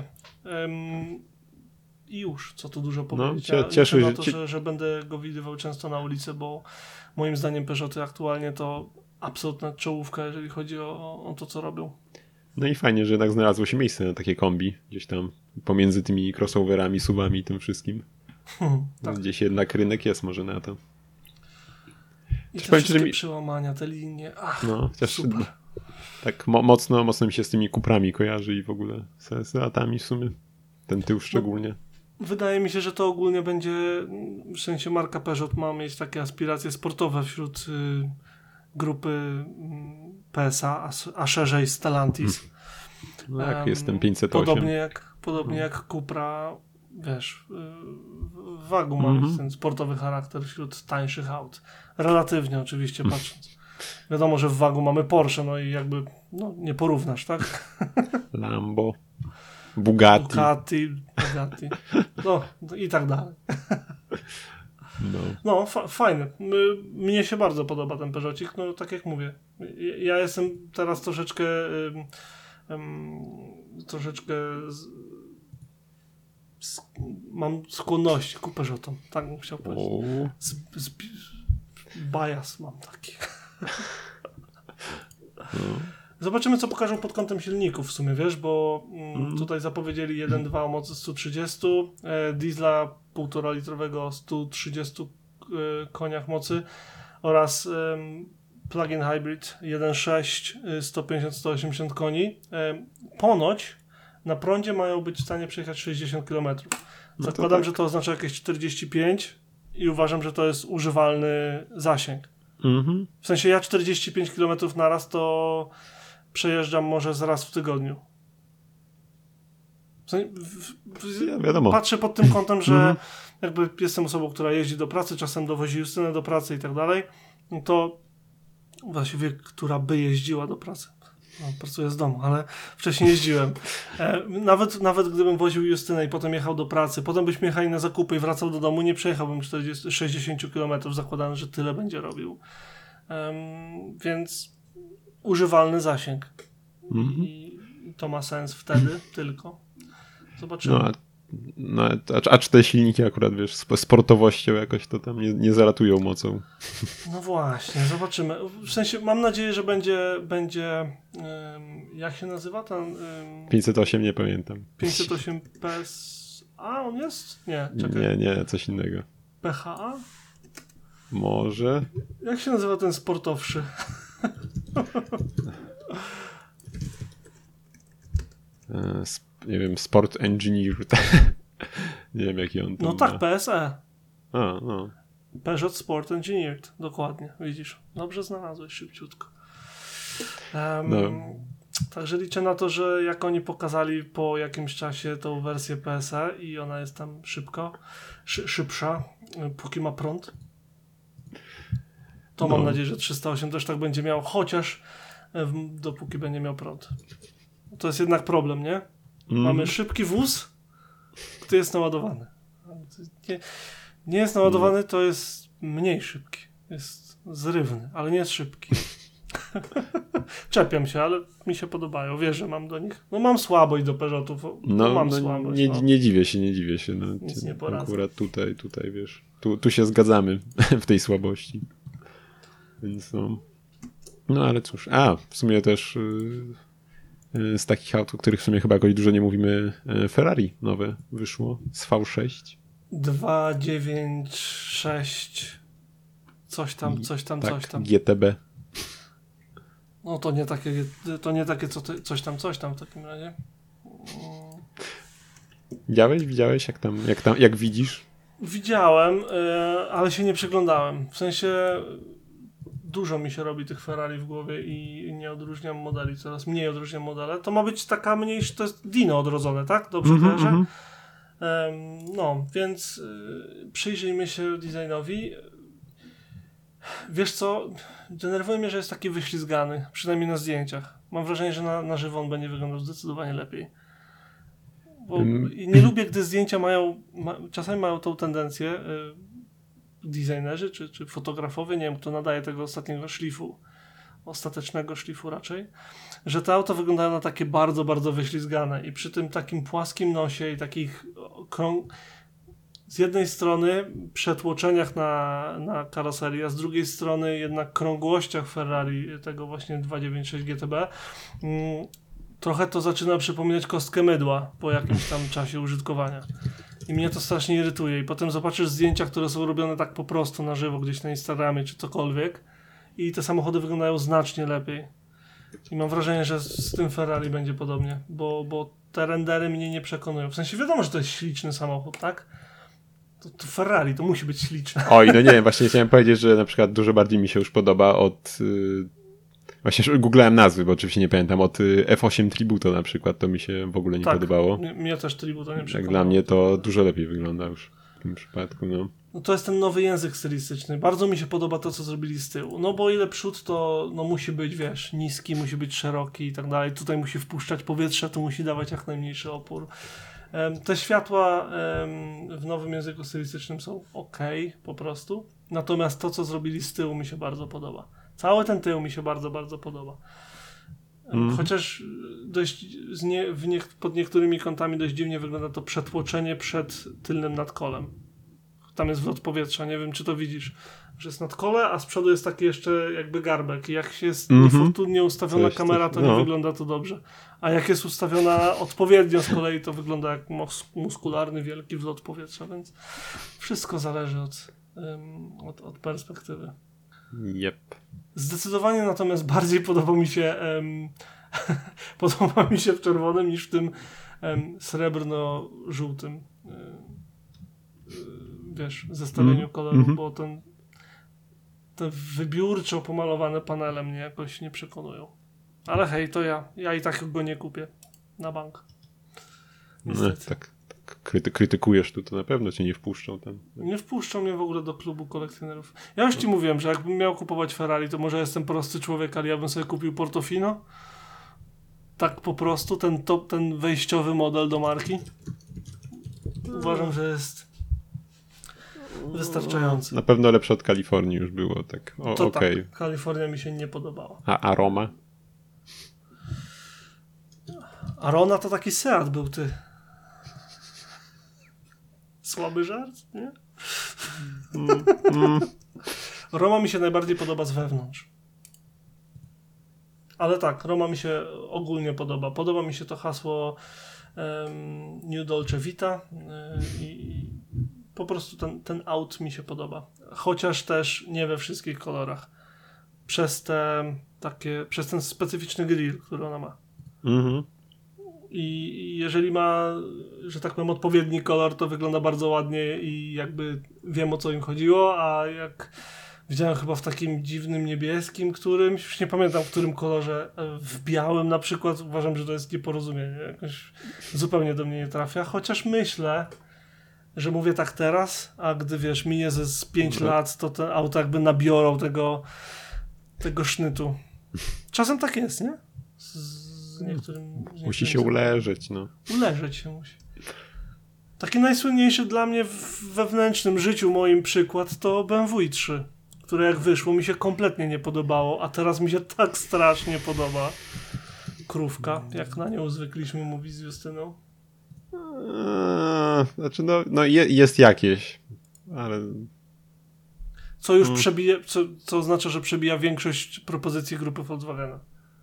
I już, co tu dużo powiedzieć. Cieszę się na to, że będę go widywał często na ulicy, bo moim zdaniem Peugeoty aktualnie to absolutna czołówka, jeżeli chodzi o to, co robią. No i fajnie, że jednak znalazło się miejsce na takie kombi, gdzieś tam pomiędzy tymi crossoverami, SUV-ami i tym wszystkim. Tak. Gdzieś jednak rynek jest może na to. I te wszystkie przełamania, te linie, super. Tak mocno mi się z tymi Cuprami kojarzy i w ogóle z latami w sumie. Ten tył szczególnie. Wydaje mi się, że to ogólnie będzie, w sensie marka Peugeot ma mieć takie aspiracje sportowe wśród grupy PSA, a szerzej Stellantis. No jak jestem 508. Podobnie jak Cupra, wiesz, w Wagu ma mieć ten sportowy charakter wśród tańszych aut. Relatywnie oczywiście patrząc. Wiadomo, że w Wagu mamy Porsche, no i jakby nie porównasz, tak? Lambo. Bugatti. No i tak dalej. No, fajny. Mnie się bardzo podoba ten Peugeotik. No tak jak mówię. Ja jestem teraz troszeczkę mam skłonności ku Peugeotom. Tak bym chciał powiedzieć. Bias mam taki. Zobaczymy, co pokażą pod kątem silników w sumie, wiesz, bo tutaj zapowiedzieli 1.2 o mocy 130, diesla 1,5 litrowego o 130 koniach mocy oraz plug-in hybrid 1.6 150-180 koni. Ponoć na prądzie mają być w stanie przejechać 60 km. Zakładam, że to oznacza jakieś 45 i uważam, że to jest używalny zasięg. W sensie ja 45 km na raz to przejeżdżam może raz w tygodniu. Wiadomo. Patrzę pod tym kątem, że jakby jestem osobą, która jeździ do pracy, czasem dowozi Justynę do pracy i tak dalej, to właściwie, która by jeździła do pracy. Pracuję z domu, ale wcześniej jeździłem. Nawet gdybym woził Justynę i potem jechał do pracy, potem byśmy jechali na zakupy i wracał do domu, nie przejechałbym 60 km, zakładając, że tyle będzie robił. Więc używalny zasięg. I to ma sens wtedy tylko. Zobaczymy. A czy te silniki akurat, wiesz, sportowością jakoś to tam nie zalatują mocą? No właśnie, zobaczymy. W sensie mam nadzieję, że będzie jak się nazywa ten? 508 nie pamiętam. 508 PS... A, on jest? Nie, czekaj. Nie, coś innego. PHA? Może. Jak się nazywa ten sportowszy? Nie wiem, Sport Engineer. Nie wiem, jaki on tam No tak, PSE. No. Peugeot Sport Engineered, dokładnie. Widzisz, dobrze znalazłeś szybciutko. Także liczę na to, że jak oni pokazali po jakimś czasie tą wersję PSE i ona jest tam szybsza, póki ma prąd, to mam nadzieję, że 308 też tak będzie miał, chociaż dopóki będzie miał prąd. To jest jednak problem, nie? Mamy szybki wóz, który jest naładowany. Nie jest naładowany, to jest mniej szybki. Jest zrywny, ale nie jest szybki. Czepiam się, ale mi się podobają. Wiesz, że mam do nich. No mam słabość do Peugeotów. Mam słabość. Nie dziwię się. Nic nie poradzę. Akurat tutaj, wiesz. Tu się zgadzamy w tej słabości. Więc no ale cóż. W sumie też z takich aut, o których w sumie chyba jakoś dużo nie mówimy, Ferrari nowe wyszło z V6. 296 coś tam. GTB. No to nie takie coś tam w takim razie. Widziałeś jak widzisz? Widziałem, ale się nie przyglądałem. W sensie dużo mi się robi tych Ferrari w głowie i nie odróżniam modeli, coraz mniej odróżniam modele. To ma być taka mniejsza, to jest Dino odrodzone, tak? Dobrze kojarzę? No, więc przyjrzyjmy się designowi. Wiesz co, denerwuje mnie, że jest taki wyślizgany, przynajmniej na zdjęciach. Mam wrażenie, że na żywo on będzie wyglądał zdecydowanie lepiej. Bo nie lubię, gdy zdjęcia czasami mają tą tendencję designerzy czy fotografowie, nie wiem kto nadaje tego ostatecznego szlifu raczej, że te auta wyglądają na takie bardzo, bardzo wyślizgane i przy tym takim płaskim nosie i takich z jednej strony przetłoczeniach na karoserii, a z drugiej strony jednak krągłościach Ferrari tego właśnie 296 GTB trochę to zaczyna przypominać kostkę mydła po jakimś tam czasie użytkowania. I mnie to strasznie irytuje. I potem zobaczysz zdjęcia, które są robione tak po prostu na żywo gdzieś na Instagramie czy cokolwiek i te samochody wyglądają znacznie lepiej. I mam wrażenie, że z tym Ferrari będzie podobnie, bo te rendery mnie nie przekonują. W sensie wiadomo, że to jest śliczny samochód, tak? To Ferrari, to musi być śliczne. Oj, no nie wiem, właśnie chciałem powiedzieć, że na przykład dużo bardziej mi się już podoba od... Właśnie googlałem nazwy, bo oczywiście nie pamiętam, od F8 Tributo na przykład, to mi się w ogóle nie podobało. Mnie też Tributo nie przekonało. Jak dla mnie to dużo lepiej wygląda już w tym przypadku, no. No to jest ten nowy język stylistyczny. Bardzo mi się podoba to, co zrobili z tyłu. No bo ile przód to musi być, wiesz, niski, musi być szeroki i tak dalej. Tutaj musi wpuszczać powietrze, tu musi dawać jak najmniejszy opór. Te światła w nowym języku stylistycznym są po prostu. Natomiast to, co zrobili z tyłu mi się bardzo podoba. Cały ten tył mi się bardzo, bardzo podoba. Chociaż dość pod niektórymi kątami dość dziwnie wygląda to przetłoczenie przed tylnym nadkolem. Tam jest wlot powietrza, nie wiem czy to widzisz, że jest nadkole, a z przodu jest taki jeszcze jakby garbek. I jak jest niefortunnie ustawiona kamera, to nie wygląda to dobrze. A jak jest ustawiona odpowiednio z kolei, to wygląda jak muskularny, wielki wlot powietrza, więc wszystko zależy od perspektywy. Yep. Zdecydowanie natomiast bardziej podoba mi się w czerwonym niż w tym srebrno-żółtym zestawieniu kolorów, bo te wybiórczo pomalowane panele mnie jakoś nie przekonują. Ale hej, to ja i tak go nie kupię na bank. No, tak krytykujesz tu, to na pewno cię nie wpuszczą tam. Nie wpuszczą mnie w ogóle do klubu kolekcjonerów. Ja już ci mówiłem, że jakbym miał kupować Ferrari, to może jestem prosty człowiek, ale ja bym sobie kupił Portofino. Tak po prostu, ten wejściowy model do marki. Uważam, że jest wystarczający. Na pewno lepsze od Kalifornii już było, tak. Okej. Tak, Kalifornia mi się nie podobała. A Aroma? Arona to taki Seat był, ty. Słaby żart, nie? Roma mi się najbardziej podoba z wewnątrz. Ale tak, Roma mi się ogólnie podoba. Podoba mi się to hasło New Dolce Vita i po prostu ten aut mi się podoba. Chociaż też nie we wszystkich kolorach. Przez ten specyficzny grill, który ona ma. I jeżeli ma, że tak powiem, odpowiedni kolor, to wygląda bardzo ładnie i jakby wiem, o co im chodziło, a jak widziałem chyba w takim dziwnym niebieskim którymś, już nie pamiętam w którym kolorze, w białym na przykład, uważam, że to jest nieporozumienie, jakoś zupełnie do mnie nie trafia, chociaż myślę, że mówię tak teraz, a gdy wiesz, minie z 5 lat, to te auta jakby nabiorą tego sznytu. Czasem tak jest, nie? Musi się uleżeć, no. Uleżeć się musi. Taki najsłynniejszy dla mnie w wewnętrznym życiu moim przykład to BMW i3, które jak wyszło mi się kompletnie nie podobało, a teraz mi się tak strasznie podoba. Krówka, jak na nią zwykliśmy mówić z Justyną. Znaczy jest jakieś, ale... Co już przebije, co oznacza, że przebija większość propozycji grupy Volkswagena.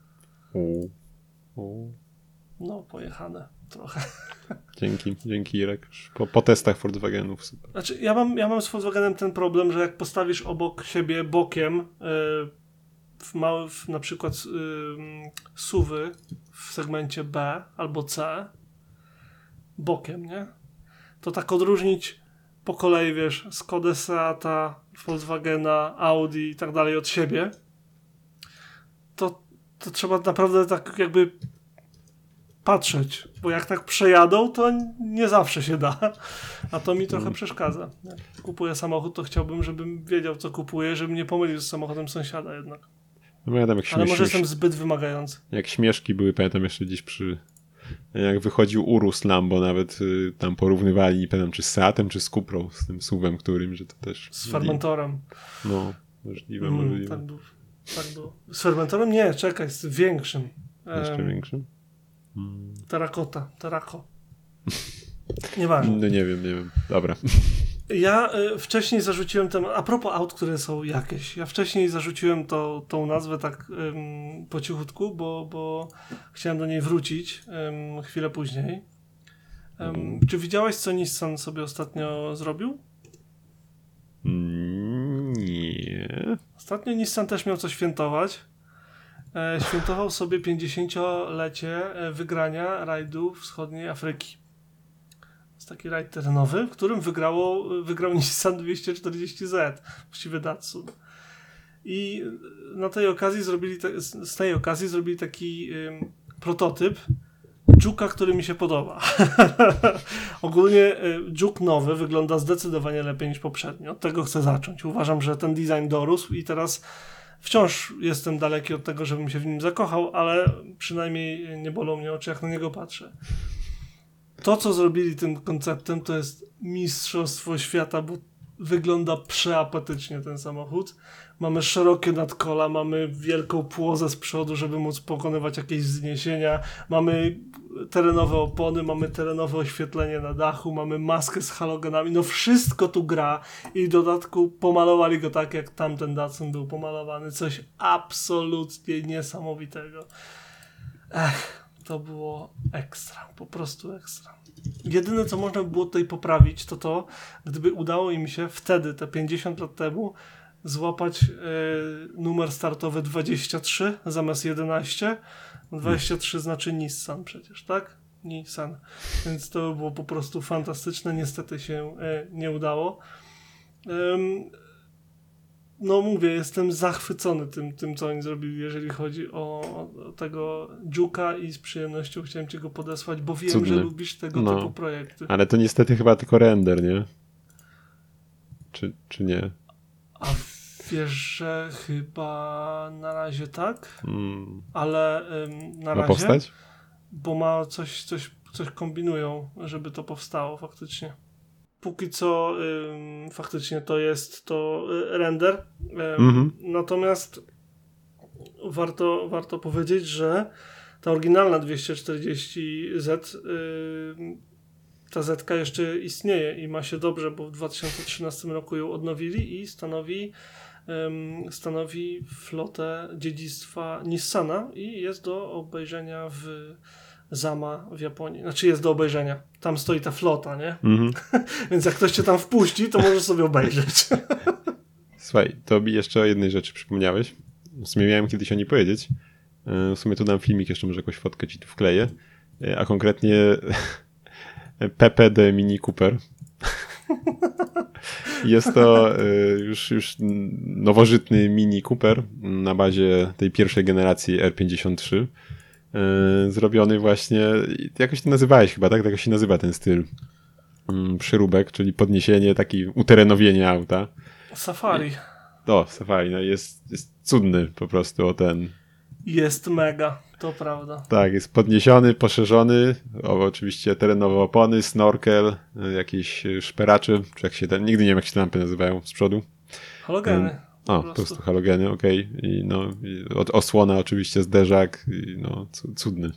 No, pojechane trochę. Dzięki Irek. Po testach Volkswagenów super. Znaczy, ja mam z Volkswagenem ten problem, że jak postawisz obok siebie bokiem na przykład SUV-y w segmencie B albo C bokiem, nie? To tak odróżnić po kolei, wiesz, Skodę, Seata, Volkswagena, Audi i tak dalej od siebie, to trzeba naprawdę tak jakby patrzeć, bo jak tak przejadą, to nie zawsze się da, a to mi trochę przeszkadza. Jak kupuję samochód, to chciałbym, żebym wiedział, co kupuję, żebym nie pomylił z samochodem sąsiada jednak. No ja tam jak ale może jestem zbyt wymagający. Jak śmieszki były, pamiętam jeszcze gdzieś jak wychodził Urus Lambo, nawet tam porównywali, nie pamiętam czy z Seatem, czy z Cuprą, z tym SUV-em którym, że to też... Z Fermentorem. No, możliwe. Tak było. Z Fermentorem? Nie, czekaj, z większym. Jeszcze większym? Terraco. Nieważne. No nie wiem. Dobra. Ja wcześniej zarzuciłem a propos aut, które są jakieś, ja wcześniej zarzuciłem tą nazwę tak po cichutku, bo chciałem do niej wrócić chwilę później. Czy widziałeś, co Nissan sobie ostatnio zrobił? Nie. Ostatnio Nissan też miał co świętować. Świętował sobie 50-lecie wygrania rajdu wschodniej Afryki. Jest taki rajd terenowy, w którym wygrał Nissan 240Z, właściwie Datsun. I z tej okazji zrobili taki prototyp Juke'a, który mi się podoba. Ogólnie Juke nowy wygląda zdecydowanie lepiej niż poprzednio. Od tego chcę zacząć. Uważam, że ten design dorósł i teraz wciąż jestem daleki od tego, żebym się w nim zakochał, ale przynajmniej nie bolą mnie oczy, jak na niego patrzę. To, co zrobili tym konceptem, to jest mistrzostwo świata, bo wygląda przeapetycznie ten samochód. Mamy szerokie nadkola, mamy wielką płozę z przodu, żeby móc pokonywać jakieś wzniesienia, mamy terenowe opony, mamy terenowe oświetlenie na dachu, mamy maskę z halogenami, no wszystko tu gra i w dodatku pomalowali go tak, jak tamten Datsun był pomalowany. Coś absolutnie niesamowitego. To było ekstra, po prostu ekstra. Jedyne, co można by było tutaj poprawić, to gdyby udało im się wtedy, te 50 lat temu, złapać numer startowy 23 zamiast 11. 23 znaczy Nissan przecież, tak? Nissan. Więc to by było po prostu fantastyczne. Niestety się nie udało. No mówię, jestem zachwycony tym, co oni zrobili, jeżeli chodzi o tego Juke'a i z przyjemnością chciałem ci go podesłać, bo wiem, Cudny. że lubisz tego typu projekty. Ale to niestety chyba tylko render, nie? Czy nie? A wiesz, że chyba na razie tak, ale na razie, postać? bo ma coś kombinują, żeby to powstało faktycznie. Póki co faktycznie to jest to render. Natomiast warto powiedzieć, że ta oryginalna 240Z ta Zetka jeszcze istnieje i ma się dobrze, bo w 2013 roku ją odnowili i stanowi flotę dziedzictwa Nissana i jest do obejrzenia w Zama w Japonii. Znaczy jest do obejrzenia. Tam stoi ta flota, nie? Więc jak ktoś cię tam wpuści, to możesz sobie obejrzeć. Słuchaj, to mi jeszcze o jednej rzeczy przypomniałeś. W sumie miałem kiedyś o niej powiedzieć. W sumie tu dam filmik, jeszcze może jakąś fotkę ci tu wkleję. A konkretnie PPD Mini Cooper. Jest to już nowożytny Mini Cooper na bazie tej pierwszej generacji R53. Zrobiony właśnie, jakoś to nazywałeś chyba, tak? Tak się nazywa ten styl. Przyróbek, czyli podniesienie, taki uterenowienie auta. Safari. Safari, no jest cudny po prostu o ten. Jest mega, to prawda. Tak, jest podniesiony, poszerzony, oczywiście terenowe opony, snorkel, jakieś szperacze, czy jak się nigdy nie wiem jak się te lampy nazywają z przodu. Halogeny. Po prostu halogeny, okej. I osłona oczywiście, zderzak, cudny.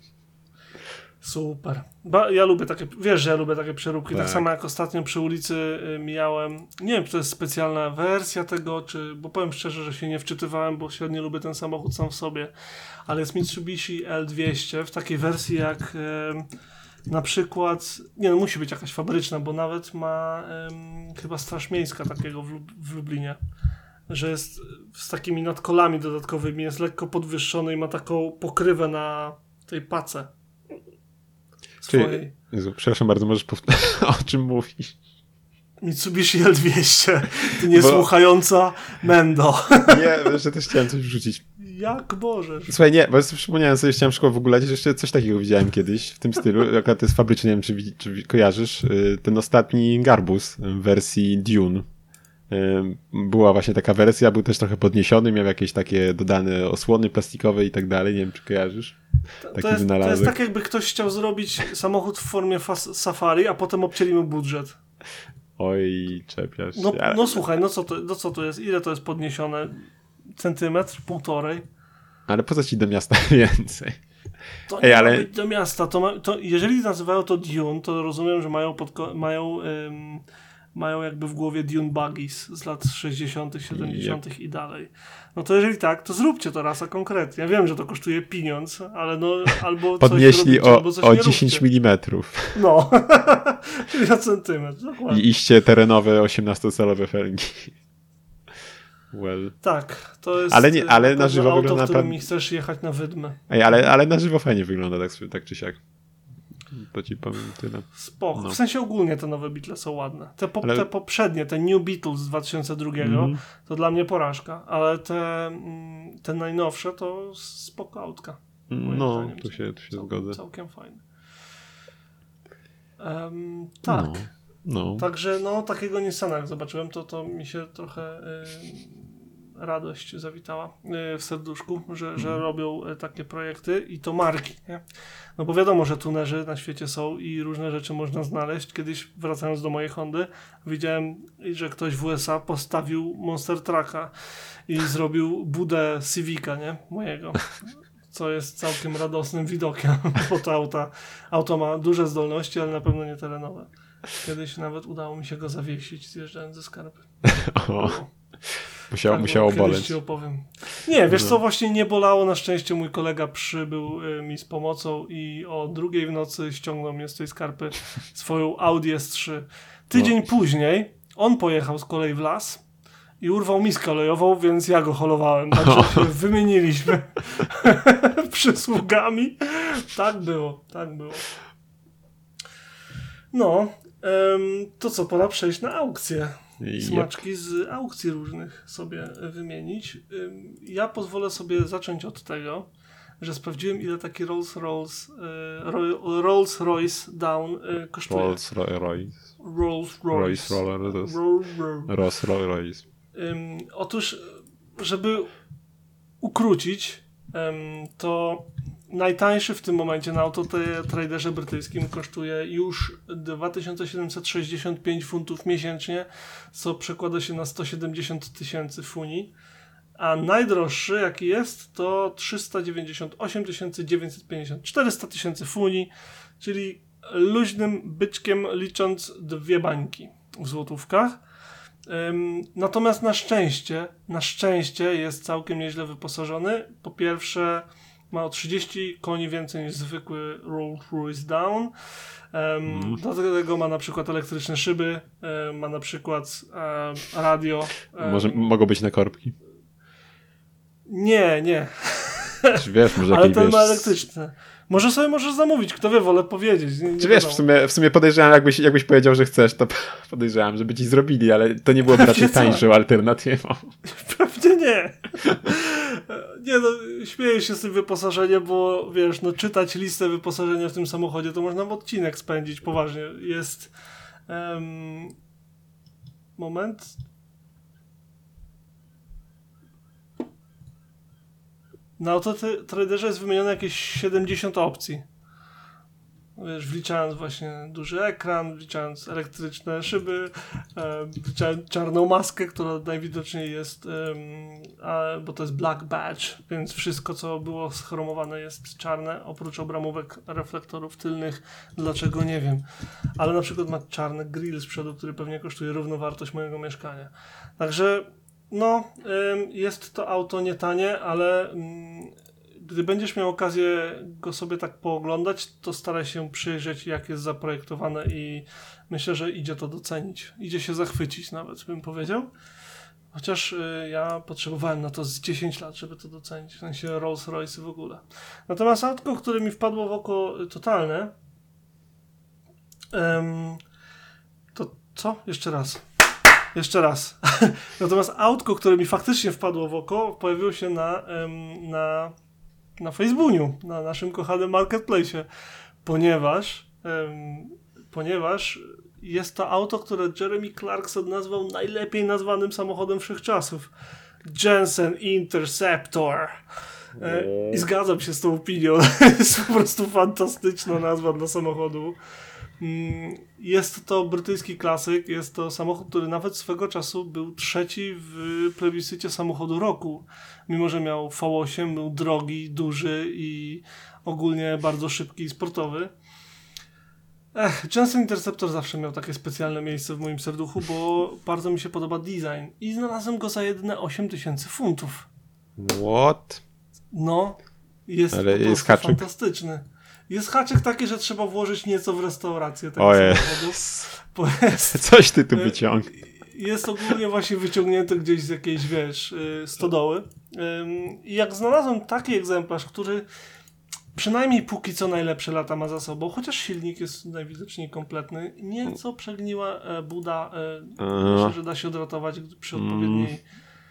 Super. Ja lubię takie, wiesz, że ja lubię takie przeróbki. Tak samo jak ostatnio przy ulicy mijałem, nie wiem, czy to jest specjalna wersja tego, bo powiem szczerze, że się nie wczytywałem, bo średnio lubię ten samochód sam w sobie, ale jest Mitsubishi L200 w takiej wersji jak na przykład, musi być jakaś fabryczna, bo nawet ma chyba Straż Miejska takiego w Lublinie. że jest z takimi nadkolami dodatkowymi, jest lekko podwyższony i ma taką pokrywę na tej pace swojej. Jezu, przepraszam bardzo, możesz powtórzyć, o czym mówisz? Mitsubishi L200, ty niesłuchająca Mendo. Nie, że też chciałem coś wrzucić. Jak możesz? Słuchaj, nie, bo przypomniałem sobie, chciałem szybko w ogóle, że jeszcze coś takiego widziałem kiedyś w tym stylu, akurat to jest fabryczny, nie wiem czy kojarzysz, ten ostatni Garbus w wersji Dune. Była właśnie taka wersja, był też trochę podniesiony, miał jakieś takie dodane osłony plastikowe i tak dalej, nie wiem czy kojarzysz. To jest tak jakby ktoś chciał zrobić samochód w formie Safari, a potem obcięli mu budżet. Oj, czepiasz się. No słuchaj, co to jest? Ile to jest podniesione? Centymetr? Półtorej? Ale po co ci do miasta więcej? To nie ma być do miasta. Jeżeli nazywają to Dune, to rozumiem, że mają jakby w głowie Dune Buggies z lat 60., 70. i dalej. No to jeżeli tak, to zróbcie to raz, a konkretnie. Ja wiem, że to kosztuje pieniądz, ale no albo podnieśli coś robicie, o 10 mm. No, czyli na centymetr. Dokładnie. I iście terenowe 18-calowe felgi. Well. Tak, to jest ale na żywo auto, wygląda w którym chcesz jechać na wydmę. Ej, ale na żywo fajnie wygląda tak czy siak. To ci powiem tyle. Spoko. W sensie ogólnie te nowe Beatles są ładne. Te poprzednie, te New Beatles z 2002, to dla mnie porażka, ale te najnowsze to spoko autka. No, tu się zgodzę. Całkiem fajne. Tak. No. Także takiego Nissana jak zobaczyłem, to mi się trochę radość zawitała w serduszku, że robią takie projekty i to marki, nie? No bo wiadomo, że tunerzy na świecie są i różne rzeczy można znaleźć. Kiedyś wracając do mojej Hondy widziałem, że ktoś w USA postawił Monster Trucka i zrobił budę Civica, nie? Mojego. Co jest całkiem radosnym widokiem, bo to auto ma duże zdolności, ale na pewno nie terenowe. Kiedyś nawet udało mi się go zawiesić, zjeżdżając ze skarpy. Musiało boleć. Ci opowiem. Nie, wiesz co, właśnie nie bolało. Na szczęście mój kolega przybył mi z pomocą i o 2:00 w nocy ściągnął mnie z tej skarpy swoją Audi S3. Tydzień później on pojechał z kolei w las i urwał miskę olejową, więc ja go holowałem. Także się wymieniliśmy przysługami. Tak było. No, to co, pora przejść na aukcję. Smaczki z aukcji różnych sobie wymienić. Ja pozwolę sobie zacząć od tego, że sprawdziłem, ile taki Rolls-Royce Down kosztuje. Rolls-Royce. Otóż, żeby ukrócić, to najtańszy w tym momencie na Autotraderze brytyjskim kosztuje już 2765 funtów miesięcznie, co przekłada się na 170 000 funii, a najdroższy jaki jest to 398 950, 400 000 funii, czyli luźnym byczkiem licząc 2 bańki w złotówkach. Natomiast na szczęście jest całkiem nieźle wyposażony. Po pierwsze ma o 30 koni więcej niż zwykły Rolls-Royce Down. Do tego ma na przykład elektryczne szyby, ma na przykład radio. Mogą być na korbki? Nie. Wiesz, może ale ten ma elektryczne. Może możesz zamówić, kto wie, wolę powiedzieć. Czy wiesz, w sumie podejrzewam, jakbyś powiedział, że chcesz, to podejrzewam, żeby ci zrobili, ale to nie byłoby raczej tańszą alternatywą. Pewnie nie. Nie no, śmieję się z tym wyposażeniem, bo wiesz, czytać listę wyposażenia w tym samochodzie, to można w odcinek spędzić, poważnie. Jest moment. Na Autotraderze jest wymienione jakieś 70 opcji. Wiesz, wliczając właśnie duży ekran, wliczając elektryczne szyby, wliczając czarną maskę, która najwidoczniej jest, bo to jest black badge, więc wszystko, co było schromowane, jest czarne, oprócz obramówek reflektorów tylnych. Dlaczego? Nie wiem. Ale na przykład ma czarny grill z przodu, który pewnie kosztuje równowartość mojego mieszkania. Także jest to auto nie tanie, ale gdy będziesz miał okazję go sobie tak pooglądać, to staraj się przyjrzeć, jak jest zaprojektowane i myślę, że idzie to docenić. Idzie się zachwycić nawet, bym powiedział. Chociaż ja potrzebowałem na to z 10 lat, żeby to docenić. W sensie Rolls-Royce w ogóle. Natomiast autko, które mi wpadło w oko totalne, to co? Jeszcze raz. Natomiast autko, które mi faktycznie wpadło w oko, pojawiło się na Facebooku, na naszym kochanym marketplace'ie, ponieważ jest to auto, które Jeremy Clarkson nazwał najlepiej nazwanym samochodem wszechczasów. Jensen Interceptor. I zgadzam się z tą opinią. Jest po prostu fantastyczna nazwa dla samochodu. Jest to brytyjski klasyk. Jest to samochód, który nawet swego czasu był trzeci w plebiscycie samochodu roku. Mimo że miał V8, był drogi, duży i ogólnie bardzo szybki i sportowy. Jensen Interceptor zawsze miał takie specjalne miejsce w moim serduchu, bo bardzo mi się podoba design. I znalazłem go za jedyne 8000 funtów. What? No, jest ale po prostu jest haczyk. Fantastyczny. Jest haczyk taki, że trzeba włożyć nieco w restaurację tego Ojej. samochodu. Coś ty tu wyciąg. Jest ogólnie właśnie wyciągnięty gdzieś z jakiejś, stodoły. I jak znalazłem taki egzemplarz, który przynajmniej póki co najlepsze lata ma za sobą, chociaż silnik jest najwidoczniej kompletny, nieco przegniła buda, myślę, że da się odratować przy odpowiedniej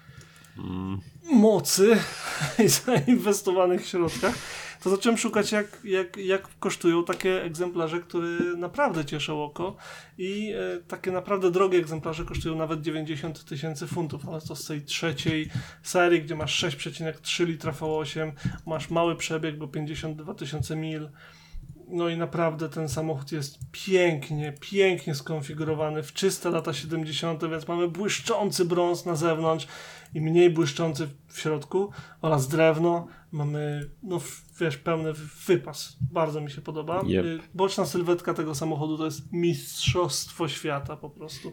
mocy i zainwestowanych środkach, to zacząłem szukać jak kosztują takie egzemplarze, które naprawdę cieszą oko i takie naprawdę drogie egzemplarze kosztują nawet 90 000 funtów, ale to z tej trzeciej serii, gdzie masz 6,3 litra V8, masz mały przebieg, bo 52 000 mil. No i naprawdę ten samochód jest pięknie skonfigurowany w czyste lata 70., więc mamy błyszczący brąz na zewnątrz i mniej błyszczący w środku oraz drewno. Mamy, pełny wypas. Bardzo mi się podoba. Yep. Boczna sylwetka tego samochodu to jest mistrzostwo świata po prostu.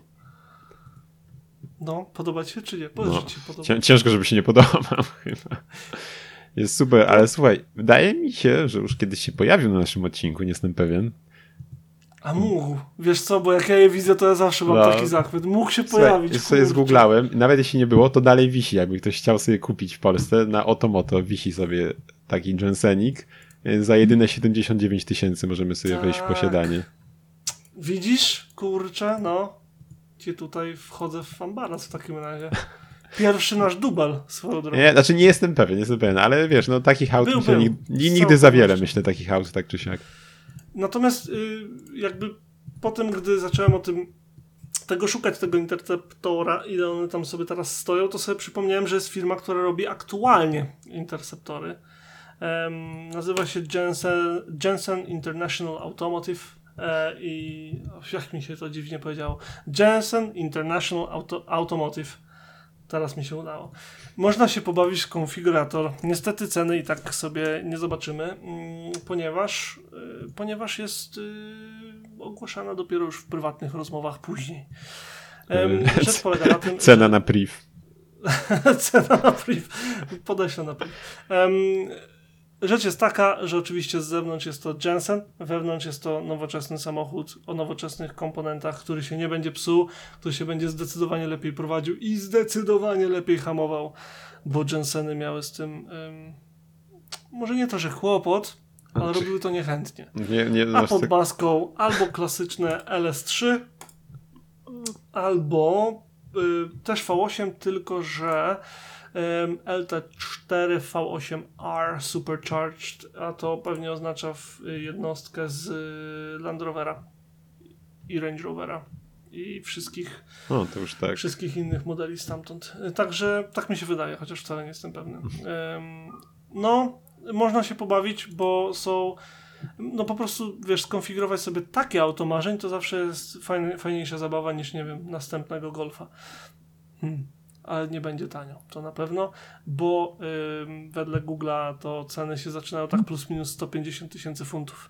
No, podoba ci się czy nie? Powiedz, że ci się podoba. Ciężko, żeby się nie podobał chyba. Jest super, ale słuchaj, wydaje mi się, że już kiedyś się pojawił na naszym odcinku, nie jestem pewien. A mógł. Wiesz co, bo jak ja je widzę, to ja zawsze mam taki zachwyt. Mógł się pojawić. Słuchaj, sobie zgooglałem, nawet jeśli nie było, to dalej wisi. Jakby ktoś chciał sobie kupić w Polsce, na Otomoto wisi sobie taki Jensenik. Za jedyne 79 000 możemy sobie wejść w posiadanie. Widzisz? Kurczę, Cię tutaj wchodzę w ambaras w takim razie. Pierwszy nasz dubel swoją drogą. Nie, znaczy nie jestem pewien, ale wiesz, takich aut nigdy za wiele, myślę, takich aut, tak czy siak. Natomiast jakby po tym, gdy zacząłem tego szukać, tego Interceptora, ile one tam sobie teraz stoją, to sobie przypomniałem, że jest firma, która robi aktualnie Interceptory. Nazywa się Jensen International Automotive i jak mi się to dziwnie powiedziało. Jensen International Automotive. Teraz mi się udało. Można się pobawić w konfigurator. Niestety ceny i tak sobie nie zobaczymy, ponieważ jest ogłaszana dopiero już w prywatnych rozmowach później. Rzecz polega na tym, Cena na priv. Cena na priv. Podeślę na priv. Rzecz jest taka, że oczywiście z zewnątrz jest to Jensen, wewnątrz jest to nowoczesny samochód o nowoczesnych komponentach, który się nie będzie psuł, który się będzie zdecydowanie lepiej prowadził i zdecydowanie lepiej hamował, bo Jenseny miały z tym może nie to, że kłopot, ale robiły to niechętnie. A pod maską albo klasyczne LS3, albo też V8, tylko że LT4 V8R Supercharged, a to pewnie oznacza jednostkę z Land Rovera i Range Rovera i wszystkich innych modeli stamtąd. Także tak mi się wydaje, chociaż wcale nie jestem pewny. Można się pobawić, bo są po prostu, skonfigurować sobie takie auto marzeń, to zawsze jest fajniejsza zabawa niż, nie wiem, następnego Golfa. Ale nie będzie tanio, to na pewno, bo wedle Google'a to ceny się zaczynają tak plus minus 150 000 funtów.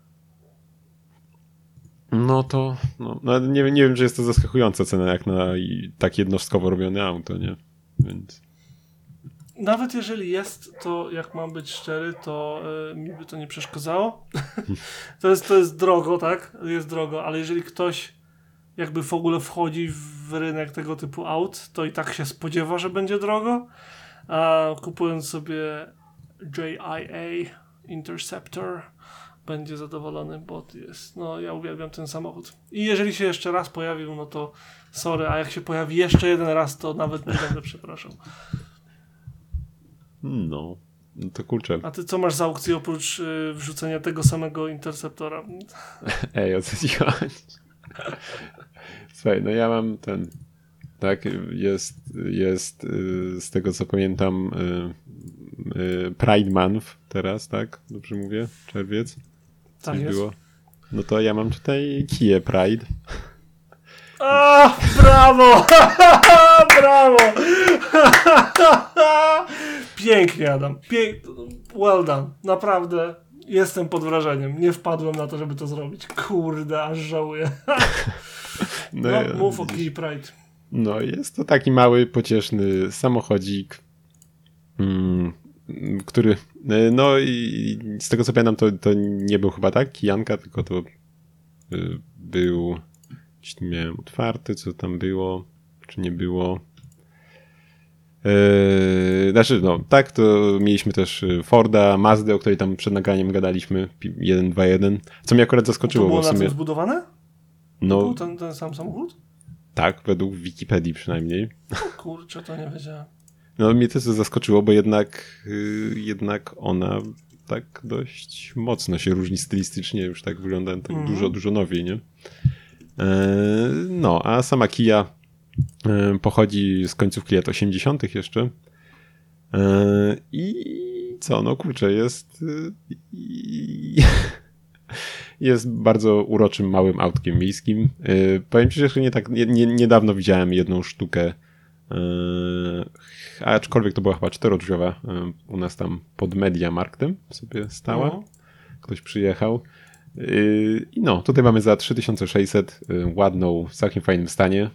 Nie wiem, czy jest to zaskakująca cena jak na tak jednostkowo robione auto, nie? Więc... Nawet jeżeli jest, to jak mam być szczery, to mi by to nie przeszkadzało. To jest drogo, tak? Jest drogo, ale jeżeli ktoś jakby w ogóle wchodzi w rynek tego typu aut, to i tak się spodziewa, że będzie drogo, a kupując sobie JIA Interceptor będzie zadowolony, bo jest, no ja uwielbiam ten samochód. I jeżeli się jeszcze raz pojawił, no to sorry, a jak się pojawi jeszcze jeden raz, to nawet nie będę przepraszał. No to kurczę. A ty co masz za aukcję oprócz wrzucenia tego samego Interceptora? Ej, o co ci chodzi? Słuchaj, no ja mam ten, tak, jest z tego co pamiętam Pride Month teraz, tak? Dobrze mówię? Czerwiec? Tak Coś jest. było? No to ja mam tutaj Kia Pride. A, brawo! Brawo! Pięknie, Adam. Well done. Naprawdę jestem pod wrażeniem. Nie wpadłem na to, żeby to zrobić. Kurde, aż żałuję. No, mów o Kia Pride. No, jest to taki mały, pocieszny samochodzik, który, no i z tego co pamiętam, to nie był chyba tak, kijanka, tylko to był, gdzieś nie miałem otwarty, co tam było, czy nie było. Znaczy, no, tak, to mieliśmy też Forda, Mazdę, o której tam przed nagraniem gadaliśmy, 1.2.1, co mnie akurat zaskoczyło. To było bo w sumie, na tym zbudowane? no, To był ten sam samochód? tak, według Wikipedii przynajmniej. O kurczę, to nie wiedziałem. No mnie też to zaskoczyło, bo jednak ona tak dość mocno się różni stylistycznie, już tak wygląda tak dużo nowiej, nie? No, a sama Kia pochodzi z końcówki lat 80. jeszcze. I co, no kurczę, jest bardzo uroczym, małym autkiem miejskim. Powiem ci, że jeszcze niedawno widziałem jedną sztukę, aczkolwiek to była chyba czterodrzwiowa, u nas tam pod Mediamarktem sobie stała. Ktoś przyjechał. I no, tutaj mamy za 3600 ładną, w całkiem fajnym stanie,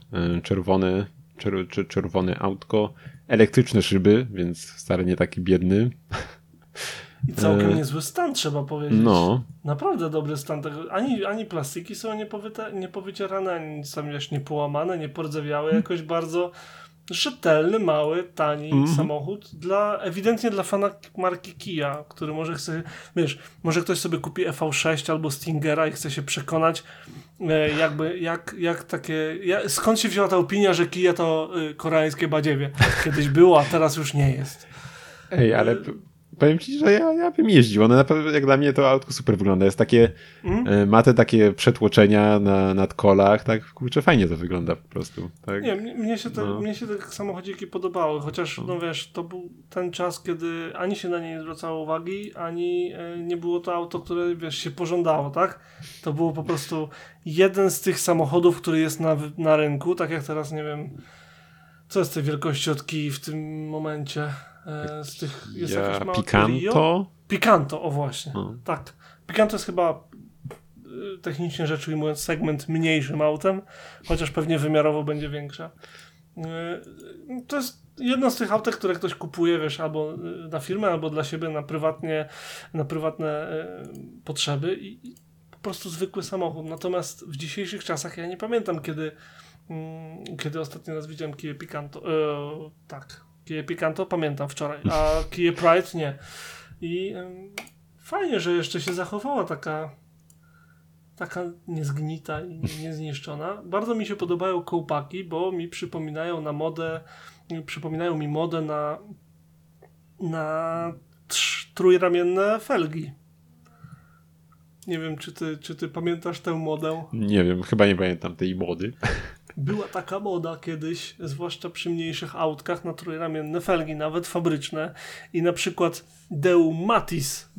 czerwone autko, elektryczne szyby, więc wcale nie taki biedny. I całkiem niezły stan, trzeba powiedzieć. No. Naprawdę dobry stan tego. Ani plastiki są niepowycierane, ani nic tam wiesz, nie połamane, nie pordzewiałe. Jakoś bardzo rzetelny, mały, tani samochód. Ewidentnie dla fana marki Kia, który może chce, wiesz, może ktoś sobie kupi EV6 albo Stingera i chce się przekonać, skąd się wzięła ta opinia, że Kia to koreańskie badziewie. Kiedyś było, a teraz już nie jest. Ej, ale powiem ci, że ja bym jeździł. One naprawdę, jak dla mnie to autko super wygląda. Jest takie, ma te takie przetłoczenia na nadkolach, tak, kurczę, fajnie to wygląda po prostu. Tak? Nie, mnie się te samochodziki podobały, chociaż, no wiesz, to był ten czas, kiedy ani się na nie nie zwracało uwagi, ani nie było to auto, które, wiesz, się pożądało, tak? To było po prostu jeden z tych samochodów, który jest na rynku, tak jak teraz, nie wiem, co jest tej wielkości od Kii w tym momencie. Z tych jest jakaś mała Picanto? Picanto, o właśnie. Tak. Picanto jest chyba technicznie rzecz ujmując segment mniejszym autem, chociaż pewnie wymiarowo będzie większa. To jest jedno z tych autek, które ktoś kupuje, wiesz, albo na firmę, albo dla siebie na prywatne potrzeby i po prostu zwykły samochód. Natomiast w dzisiejszych czasach ja nie pamiętam, kiedy ostatni raz widziałem Kia Picanto. Tak. Kia Picanto pamiętam wczoraj, a Kia Pride nie. I fajnie, że jeszcze się zachowała taka niezgnita i niezniszczona. Bardzo mi się podobają kołpaki, bo mi przypominają mi modę na trójramienne felgi. Nie wiem, czy ty pamiętasz tę modę? Nie wiem, chyba nie pamiętam tej mody. Była taka moda kiedyś, zwłaszcza przy mniejszych autkach, na trójramienne felgi, nawet fabryczne. I na przykład Deu Matiz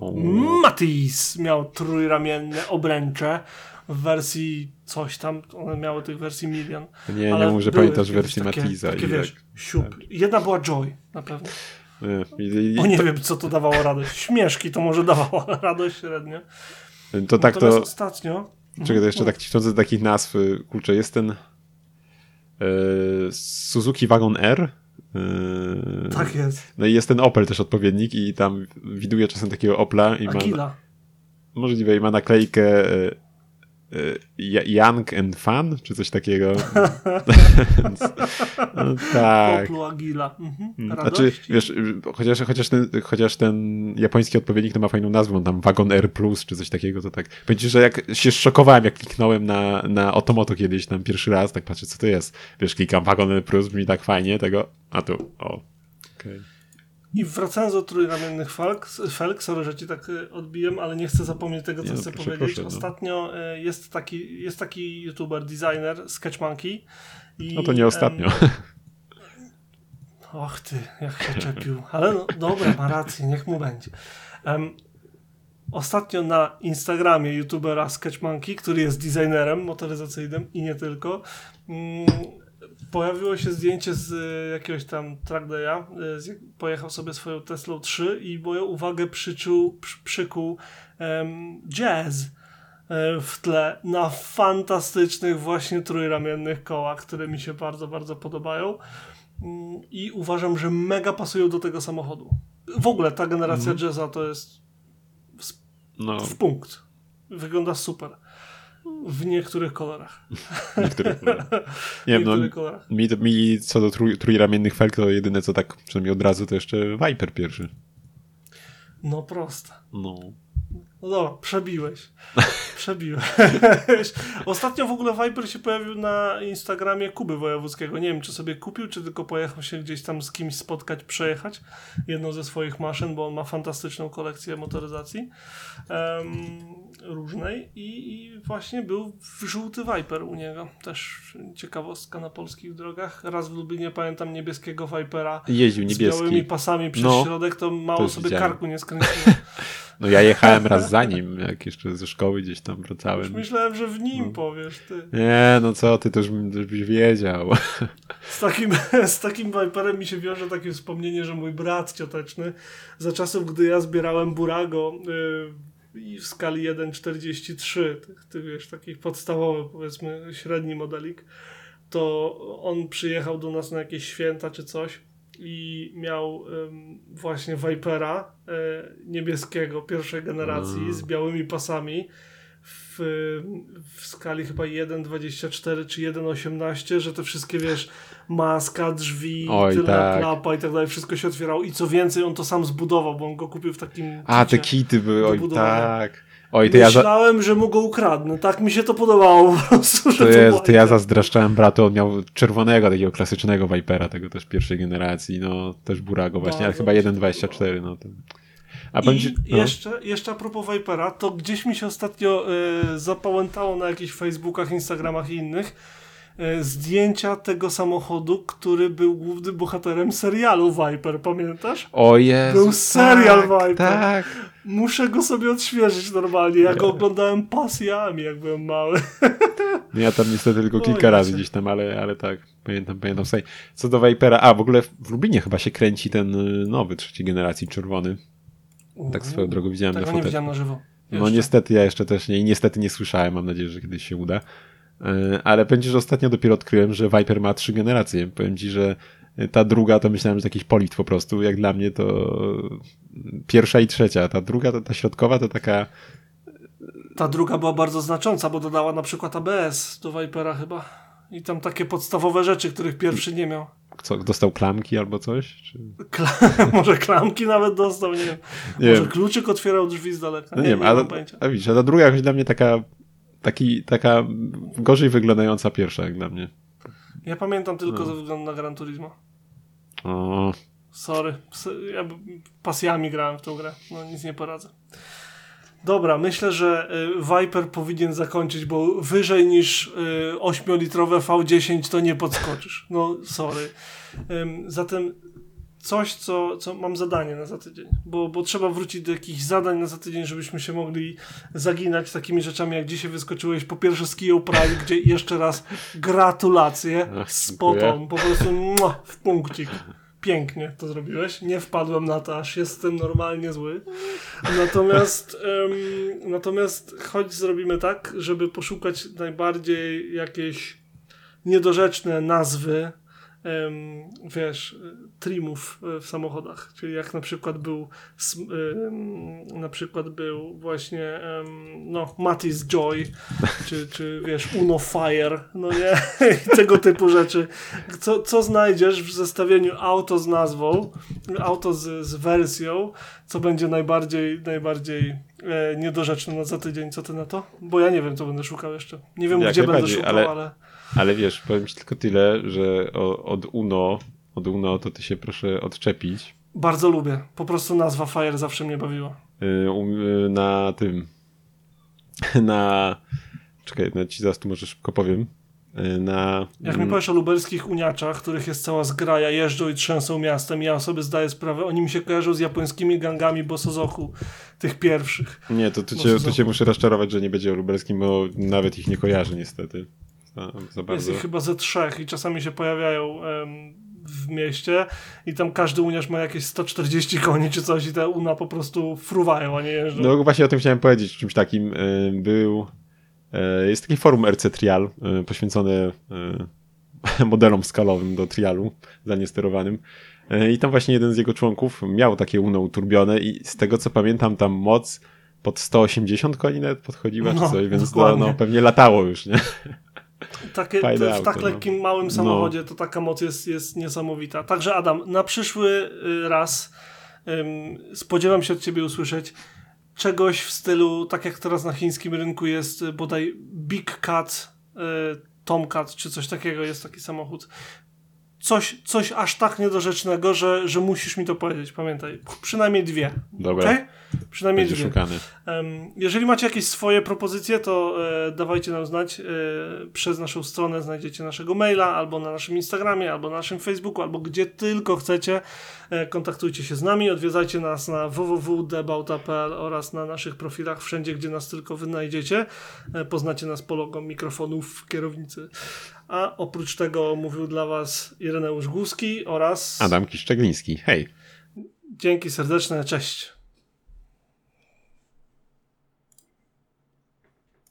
miał trójramienne obręcze w wersji coś tam. One miały tych wersji milion. Nie mów, że pamiętasz wersję Matiza. Takie wiesz, siup. Jedna była Joy, na pewno. Nie wiem, co to dawało radość. Śmieszki to może dawało radość średnio. To tak natomiast to... ostatnio... Czekaj, to jeszcze tak wchodząc do takich nazw, kurczę, jest ten Suzuki Wagon R. Tak jest. No i jest ten Opel też odpowiednik i tam widuję czasem takiego Opla i Aquila. możliwe, i ma naklejkę Young and Fun, czy coś takiego. No, tak. Poplu Agila. Znaczy, wiesz, chociaż ten japoński odpowiednik to ma fajną nazwę, on tam Wagon R Plus, czy coś takiego, to tak. Powiem ci, że jak się szokowałem, jak kliknąłem na Otomoto kiedyś tam pierwszy raz, tak patrzę, co to jest. Wiesz, klikam Wagon R Plus, brzmi tak fajnie, a tu, okej. I wracając do trójramiennych felg, sorry, że ci tak odbiłem, ale nie chcę zapomnieć tego, co chcę powiedzieć. Proszę, ostatnio jest taki youtuber, designer, Sketch Monkey. No to nie ostatnio. Och ty, jak się czepił. Ale no, dobra, ma rację, niech mu będzie. Ostatnio na Instagramie youtubera Sketch Monkey, który jest designerem motoryzacyjnym i nie tylko, pojawiło się zdjęcie z jakiegoś tam track day'a, pojechał sobie swoją Teslą 3 i moją uwagę przykuł jazz w tle na fantastycznych właśnie trójramiennych kołach, które mi się bardzo, bardzo podobają i uważam, że mega pasują do tego samochodu. W ogóle ta generacja jazza to jest w punkt. Wygląda super. W niektórych kolorach. Nie wiem, mi co do trójramiennych felg, to jedyne co tak przynajmniej od razu to jeszcze Viper pierwszy. No proste. No dobra, przebiłeś. Ostatnio w ogóle Viper się pojawił na Instagramie Kuby Wojewódzkiego. Nie wiem, czy sobie kupił, czy tylko pojechał się gdzieś tam z kimś spotkać, przejechać jedną ze swoich maszyn, bo on ma fantastyczną kolekcję motoryzacji różnej i właśnie był żółty Viper u niego. Też ciekawostka na polskich drogach. Raz w Lublinie pamiętam niebieskiego Vipera jeździł niebieski. Z białymi pasami przez środek, to mało sobie widziałem. Karku nie skręciło. No ja jechałem raz za nim, jak jeszcze ze szkoły gdzieś tam wracałem. Już myślałem, że w nim powiesz, ty. Nie, no co ty, to już byś wiedział. Z takim Viperem mi się wiąże takie wspomnienie, że mój brat cioteczny za czasów, gdy ja zbierałem Burago i w skali 1.43, tych wiesz, takich podstawowy, powiedzmy średni modelik, to on przyjechał do nas na jakieś święta czy coś i miał właśnie Vipera niebieskiego pierwszej generacji z białymi pasami w skali chyba 1.24 czy 1.18, że te wszystkie, wiesz, maska, drzwi, tylna klapa i tak dalej, wszystko się otwierało i co więcej, on to sam zbudował, bo on go kupił w takim te kity były, tak. Myślałem, że mu go ukradnę. Tak mi się to podobało po prostu. To ja zazdraszczałem bratu, on miał czerwonego, takiego klasycznego Vipera, tego też pierwszej generacji, no też Burago właśnie, ale chyba 1.24, no to... Jeszcze a propos Vipera, to gdzieś mi się ostatnio zapałętało na jakichś Facebookach, Instagramach i innych zdjęcia tego samochodu, który był głównym bohaterem serialu Viper, pamiętasz? O Jezu, był serial Viper. Tak. Muszę go sobie odświeżyć normalnie. Ja go oglądałem pasjami, jak byłem mały. Ja tam niestety tylko kilka razy gdzieś tam, ale tak, pamiętam sobie. Co do Vipera, w ogóle w Lublinie chyba się kręci ten nowy, trzeciej generacji, czerwony. Tak swoją drogą widziałem na fotach. Nie widziałem na żywo. No niestety ja jeszcze też nie i niestety nie słyszałem, mam nadzieję, że kiedyś się uda. Ale powiem ci, że ostatnio dopiero odkryłem, że Viper ma 3 generacje. Powiem ci, że ta druga to myślałem, że to jakiś polip po prostu. Jak dla mnie to pierwsza i trzecia. Ta druga, ta środkowa to taka... Ta druga była bardzo znacząca, bo dodała na przykład ABS do Vipera chyba. I tam takie podstawowe rzeczy, których pierwszy nie miał. Co, dostał klamki albo coś? Czy... Może klamki nawet dostał, nie wiem. Może kluczyk otwierał drzwi z daleka. No nie wiem, a widzisz, a ta druga jakoś dla mnie taka gorzej wyglądająca pierwsza jak dla mnie. Ja pamiętam tylko ze względu na Gran Turismo. O. Sorry. Ja pasjami grałem w tą grę. No nic nie poradzę. Dobra, myślę, że Viper powinien zakończyć, bo wyżej niż 8-litrowe V10 to nie podskoczysz. No, sorry. Zatem coś, co mam zadanie na za tydzień, bo trzeba wrócić do jakichś zadań na za tydzień, żebyśmy się mogli zaginać takimi rzeczami, jak dzisiaj wyskoczyłeś po pierwsze z Kia Prime, gdzie jeszcze raz gratulacje, spotą, po prostu w punkcik. Pięknie to zrobiłeś. Nie wpadłem na to, aż jestem normalnie zły. Natomiast choć zrobimy tak, żeby poszukać najbardziej jakieś niedorzeczne nazwy wiesz, trimów w samochodach. Czyli jak na przykład był właśnie Matiz Joy, czy wiesz, Uno Fire, no nie, i tego typu rzeczy. Co znajdziesz w zestawieniu auto z nazwą, auto z wersją, co będzie najbardziej niedorzeczne na za tydzień. Co ty na to? Bo ja nie wiem, co będę szukał jeszcze. Nie wiem, jak gdzie będę szukał, ale... Ale wiesz, powiem ci tylko tyle, że od Uno to ty się proszę odczepić. Bardzo lubię. Po prostu nazwa Fire zawsze mnie bawiła. Na tym... Czekaj, ci zaraz tu może szybko powiem. Jak mi powiesz o lubelskich uniaczach, których jest cała zgraja, jeżdżą i trzęsą miastem, ja sobie zdaję sprawę, oni mi się kojarzą z japońskimi gangami Bosozoku, tych pierwszych. Nie, to cię muszę rozczarować, że nie będzie o lubelskim, bo nawet ich nie kojarzę niestety. Za bardzo. Jest ich chyba ze 3 i czasami się pojawiają w mieście i tam każdy uniarz ma jakieś 140 koni czy coś i te una po prostu fruwają, a nie jeżdżą. No właśnie o tym chciałem powiedzieć, czymś takim. Jest takie forum RC Trial poświęcone modelom skalowym do trialu za niesterowanym. I tam właśnie jeden z jego członków miał takie Uno uturbione i z tego co pamiętam tam moc pod 180 koni nawet podchodziła czy coś, więc to pewnie latało już, nie? W tak lekkim, małym samochodzie to taka moc jest niesamowita. Także Adam, na przyszły raz spodziewam się od ciebie usłyszeć czegoś w stylu, tak jak teraz na chińskim rynku jest bodaj Big Cat, Tomcat, czy coś takiego, jest taki samochód. Coś aż tak niedorzecznego, że musisz mi to powiedzieć, pamiętaj. Przynajmniej 2. Dobra. Okay? Przynajmniej będzie 2. szukany. Jeżeli macie jakieś swoje propozycje, to dawajcie nam znać przez naszą stronę, znajdziecie naszego maila, albo na naszym Instagramie, albo na naszym Facebooku, albo gdzie tylko chcecie. Kontaktujcie się z nami, odwiedzajcie nas na www.debauta.pl oraz na naszych profilach, wszędzie, gdzie nas tylko wynajdziecie. Poznacie nas po logo mikrofonów w kierownicy. A oprócz tego mówił dla was Ireneusz Głuski oraz Adam Kiszczegliński. Hej! Dzięki serdeczne, cześć!